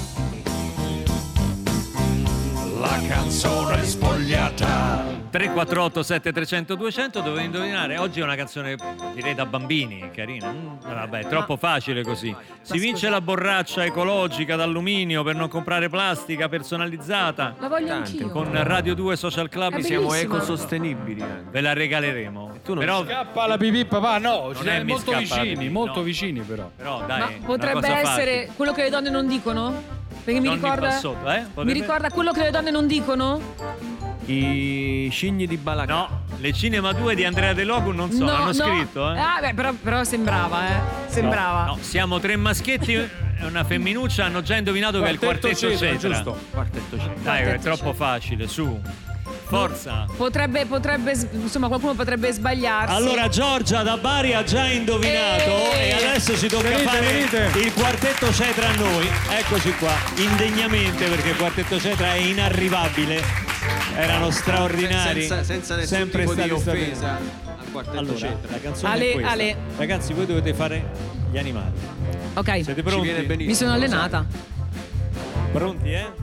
D: La canzone spogliata.
A: tre quattro otto sette tre zero zero due zero zero, dovete indovinare. Oggi è una canzone direi da bambini, carina. Mm, vabbè, è troppo facile così. Si vince la borraccia ecologica d'alluminio per non comprare plastica personalizzata.
K: La voglio anch'io.
A: Con Radio due Social Club
K: È
A: siamo
K: bellissima.
I: ecosostenibili anche.
A: Ve la regaleremo.
I: Tu non
A: Però,
B: Scappa la pipì, papà, no,
A: Non
B: ci
A: è
B: siamo
A: mi
B: molto
A: scappa la
B: vicini,
A: pipì,
B: molto
A: no.
B: vicini però.
A: però dai,
K: Ma
A: una
K: potrebbe
A: cosa
K: essere
A: facile.
K: quello che le donne non dicono? Perché mi
A: Nonni
K: ricorda,
A: qua sotto, eh?
K: mi
A: Potrebbe-
K: ricorda quello che le donne non dicono?
I: I cigni di Balacà.
A: No, le Cinema due di Andrea De Logu non so,
K: No,
A: hanno
K: no.
A: scritto, eh?
K: Ah, beh, però, però sembrava, eh. Sembrava.
A: No, siamo tre maschietti e una femminuccia, hanno già indovinato che è il
B: Quartetto
A: quartetto
B: Cetra,
A: Cetra.
B: giusto?
I: Quartetto Cetra.
A: Dai, è
K: Quartetto
A: troppo facile, su. Forza.
K: Potrebbe, potrebbe, insomma, qualcuno potrebbe sbagliarsi.
A: Allora Giorgia da Bari ha già indovinato
K: Eh.
A: e adesso ci tocca
B: Venite,
A: fare
B: venite.
A: il quartetto Cetra a noi. Eccoci qua, indegnamente perché il quartetto Cetra è inarrivabile. Erano straordinari.
I: Senza, senza nessun
A: sempre
I: tipo
A: stati
I: di offesa
A: straordinari.
I: al quartetto
A: Allora,
I: Cetra.
A: la canzone
K: Ale,
A: è questa.
K: Ale.
A: Ragazzi, voi dovete fare gli animali.
K: Ok,
A: Siete
I: Ci
A: pronti?
I: viene benissimo.
K: mi sono allenata.
A: Pronti, eh?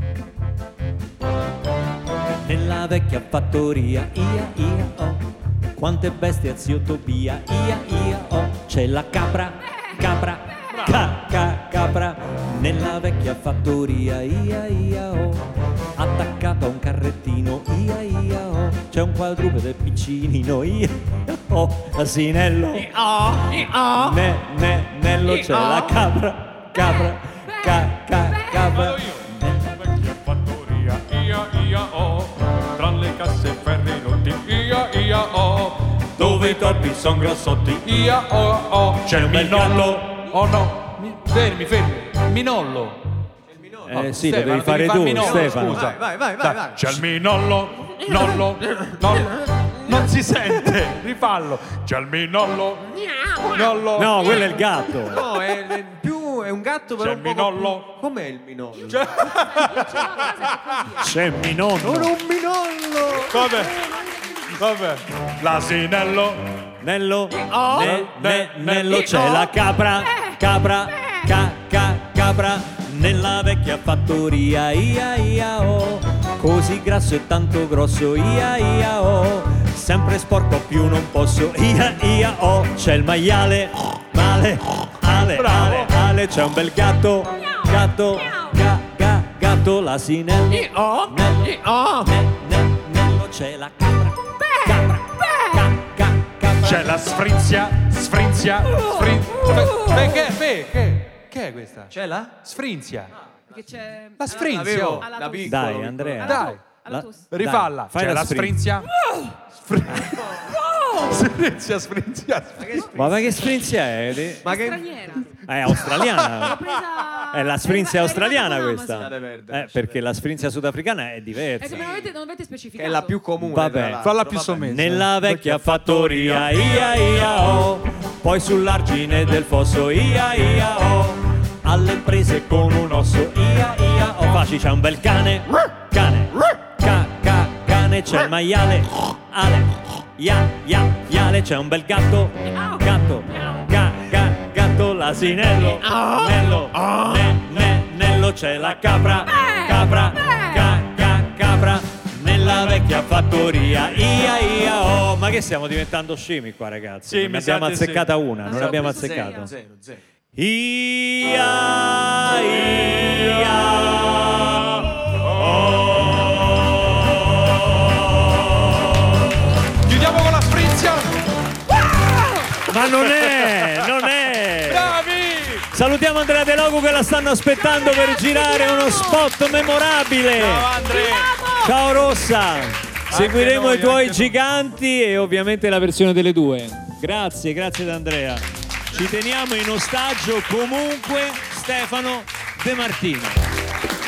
A: Nella vecchia fattoria, ia ia oh, quante bestie a zio Tobia, ia ia oh, c'è la capra, capra, ca, ca, capra. Nella vecchia fattoria, ia ia oh, attaccata a un carrettino, ia ia oh, c'è un quadrupede piccinino, ia oh, asinello, ne, ne, nello c'è la capra, capra, ca, ca, capra.
D: Fattoria, ia ia oh, tra le casse ferri rotti, ia ia oh,
A: Dove i topi son grassotti,
D: ia oh oh,
A: c'è un minollo.
B: Oh no, mi- fermi, fermi. Minollo.
A: Eh sì,
B: Stefano,
A: devi fare
B: far
A: tu,
B: Minollo,
A: Stefano.
B: scusa.
I: Vai, vai, vai, vai.
D: c'è il minollo, nollo, nollo,
B: Non si sente, rifallo.
D: c'è il minollo, nollo,
A: No, quello è il gatto.
I: No, è, è più è un gatto però
D: c'è
I: un
D: il
I: po'
D: minollo.
I: Com'è il minollo?
A: C'è il minonno.
I: un minollo!
D: Vabbè, vabbè, l'asinello,
A: Nello, ne, ne, nello c'è la capra, capra, ca, ca, capra. Nella vecchia fattoria, ia ia oh, così grasso e tanto grosso, ia ia oh, sempre sporco più non posso, ia ia oh, c'è il maiale, male, ale, ale, ale, c'è un bel gatto, gatto, ga, ga, gatto, l'asinello, nello, ne, ne, nello c'è la capra, capra, ca, ca, capra.
D: c'è la sfrinzia, sfrinzia, sfrinzia.
B: Perché? Che? Che? Che è questa?
I: C'è la?
B: Sfrinzia.
K: Perché c'è
B: La sfrinzia.
I: L'avevo
B: oh.
K: Alla
I: da
K: tosse.
I: piccolo.
A: Dai, Andrea.
B: Dai,
K: alla
A: La-
K: tosse.
B: rifalla.
A: fai
B: C'è
A: la
B: la sfrinzia. Sfrinzia, sfrinzia.
A: Ma, ma che sfrinzia è? Di-
I: Ma che
K: Straniera.
A: È australiana.
K: L'ho presa.
A: È la sfrinzia
K: È
A: australiana
K: arrivata da
A: questa.
K: Amazon.
I: Lasciate perdere,
A: Eh, perché la sfrinzia sudafricana è diversa.
K: È che non avete, non avete specificato.
I: è la più comune.
A: Vabbè.
I: tra l'altro.
B: Falla più
I: Vabbè.
B: sommessa.
A: Nella vecchia fattoria, ia ia oh, poi sull'argine del fosso, ia ia oh, alle prese con un osso, ia ia oh, facci c'è un bel cane, cane, ca, ca, cane, c'è il maiale, ale, ia, ia, iale, c'è un bel gatto, gatto, ga, ga, gatto, l'asinello, nello, ne, ne, nello, c'è la capra, capra, ca, ca, capra. Nella vecchia fattoria, ia ia oh, ma che stiamo diventando scemi qua, ragazzi?
B: Sì,
A: non ne
B: mi sa
A: abbiamo
B: di sì.
A: azzeccata una, non
K: sì,
A: abbiamo
K: ho preso
A: azzeccato.
I: Zero, zero.
A: Ia ia oh.
B: Chiudiamo con la sfrinzia.
A: Ma non è, non è.
B: Bravi!
A: Salutiamo Andrea De Logu che la stanno aspettando per girare uno spot memorabile.
B: Ciao Andrea.
A: Ciao Rossa. Seguiremo
B: noi,
A: i tuoi
B: anche noi.
A: giganti e ovviamente la versione delle due. Grazie, grazie ad Andrea. Ci teniamo in ostaggio comunque Stefano De Martino.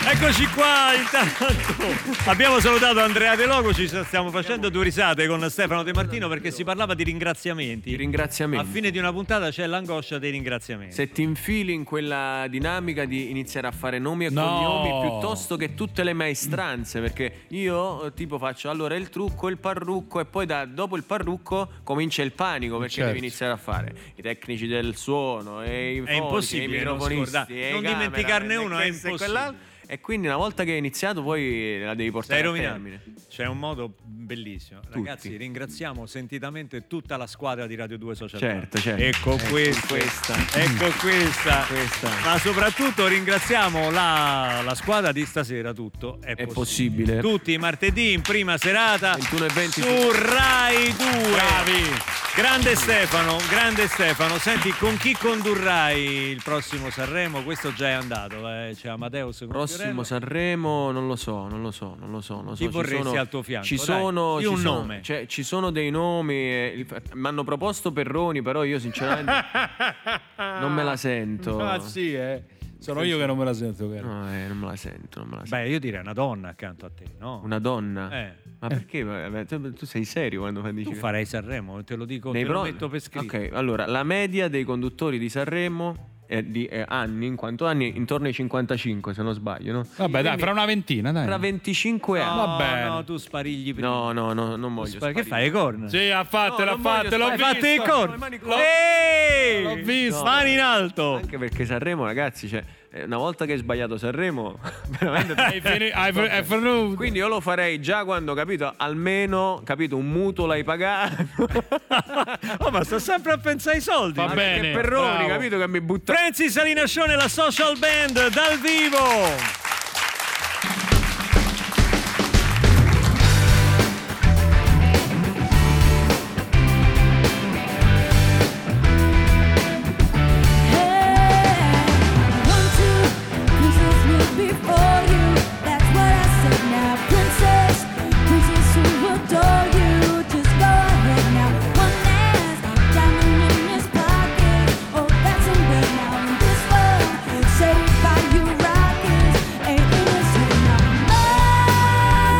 A: Eccoci qua, intanto abbiamo salutato Andrea De Logo, ci stiamo facendo due risate con Stefano De Martino perché si parlava di ringraziamenti.
I: Di ringraziamenti.
A: A fine di una puntata c'è l'angoscia dei ringraziamenti.
I: Se ti infili in quella dinamica di iniziare a fare nomi e
B: No.
I: cognomi piuttosto che tutte le maestranze, perché io tipo faccio allora il trucco, il parrucco e poi da, dopo il parrucco comincia il panico perché
B: Certo.
I: devi iniziare a fare i tecnici del suono e i
A: È
I: fonici,
A: impossibile
I: i
A: non
I: microfonisti,
A: scordare.
I: e i
A: Non
I: camera,
A: dimenticarne
I: e
A: uno è
I: questo e
A: impossibile.
I: quell'altro. E quindi una volta che hai iniziato poi la devi portare
A: Stai
I: a
A: rovinato.
I: termine.
A: C'è un modo bellissimo. Ragazzi, ringraziamo sentitamente tutta la squadra di Radio due Social
I: Certo,
A: Club.
I: certo.
A: Ecco,
I: Ecco
A: questa,
I: questa.
A: ecco questa.
I: Questa.
A: Ma soprattutto ringraziamo la, la squadra di stasera. Tutto è,
I: È possibile.
A: Tutti i martedì in prima serata
I: ventuno e venti
A: su Rai due.
B: Bravi.
A: Grande Stefano, grande Stefano. Senti, con chi condurrai il prossimo Sanremo? Questo già è andato. Eh? C'è Amadeus con
I: Prossimo
A: Fiorello.
I: Sanremo non lo so, non lo so, non lo so. Non lo so.
A: Chi
I: Ci
A: vorresti
I: sono-
A: al tuo fianco?
I: Ci
A: Dai,
I: sono,
A: di
I: ci
A: un
I: sono-
A: nome.
I: cioè, ci sono dei nomi. Mi hanno proposto Perroni, però io sinceramente non me la sento.
B: Ah sì, eh. Sono io che non me la sento, caro.
I: No, eh, non me la sento, non me la sento.
A: Beh, io direi una donna accanto a te, no?
I: Una donna?
A: Eh.
I: Ma perché? Vabbè, tu, tu sei serio quando fai dici
A: Tu
I: che-
A: farei Sanremo, te lo dico,
I: Nei
A: te lo
I: pro-
A: metto per scritto.
I: Ok, allora, la media dei conduttori di Sanremo è di eh, anni, in quanto anni? Intorno ai cinquantacinque, se non sbaglio, no?
B: Vabbè, dai,
I: Quindi-
B: fra una ventina, dai.
I: Tra venticinque
A: No,
I: anni.
B: Va bene.
A: no, tu sparigli prima.
I: No, no, no, non voglio.
A: Spari- che
I: sparire.
A: fai, i corna?
B: Sì, ha fatto,
I: No,
B: l'ha
I: non voglio
B: fatto, l'ho
I: sparire.
B: visto.
A: Fate i corna.
I: mani
A: L'ho
B: L'ho visto.
A: Mani in alto.
I: Anche perché Sanremo, ragazzi, cioè, eh, una volta che hai sbagliato Sanremo, veramente.
B: Hai fini- hai fi- hai finito.
I: Quindi io lo farei già quando, capito, almeno, capito, un mutuo l'hai pagato.
A: Oh, ma sto sempre a pensare ai soldi.
B: Va
A: Ma-
B: bene.
I: Che Perroni,
B: bravo.
I: capito, che mi butta.
A: Francis Salinascione, la social band dal vivo.
E: Saved by you rockets, ain't innocent now.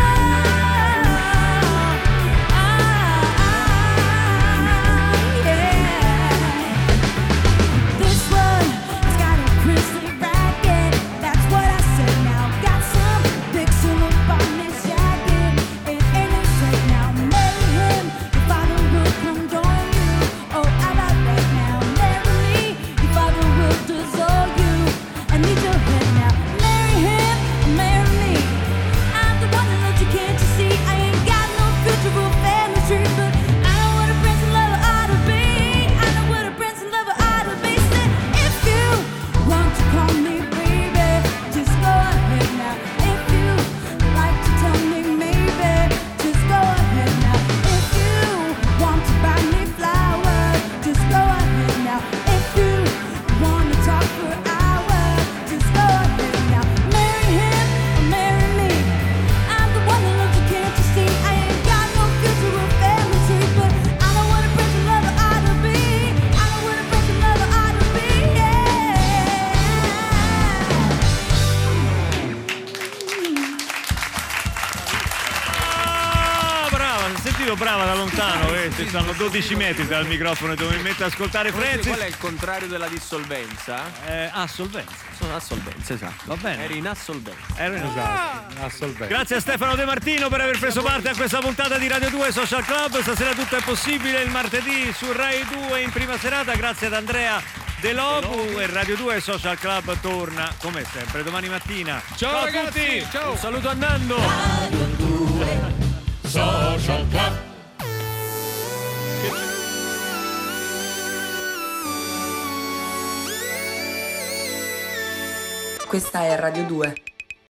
A: sentito brava da lontano, eh, ci stanno dodici metri dal microfono e dove mi metto ad ascoltare Francis.
I: Qual è il contrario della dissolvenza?
A: Eh, assolvenza.
I: Sono assolvenza, esatto.
A: Va bene.
I: Eri in assolvenza.
A: Ero in
B: Esatto, assolvenza.
A: Grazie a Stefano De Martino per aver preso parte a questa puntata di Radio due Social Club. Stasera tutto è possibile il martedì su Rai due in prima serata. Grazie ad Andrea De Lobu e Radio due Social Club torna come sempre domani mattina.
B: Ciao,
A: a
B: ragazzi,
A: tutti.
B: ciao.
A: Un saluto a Nando.
D: Social Club.
G: Questa è Radio due.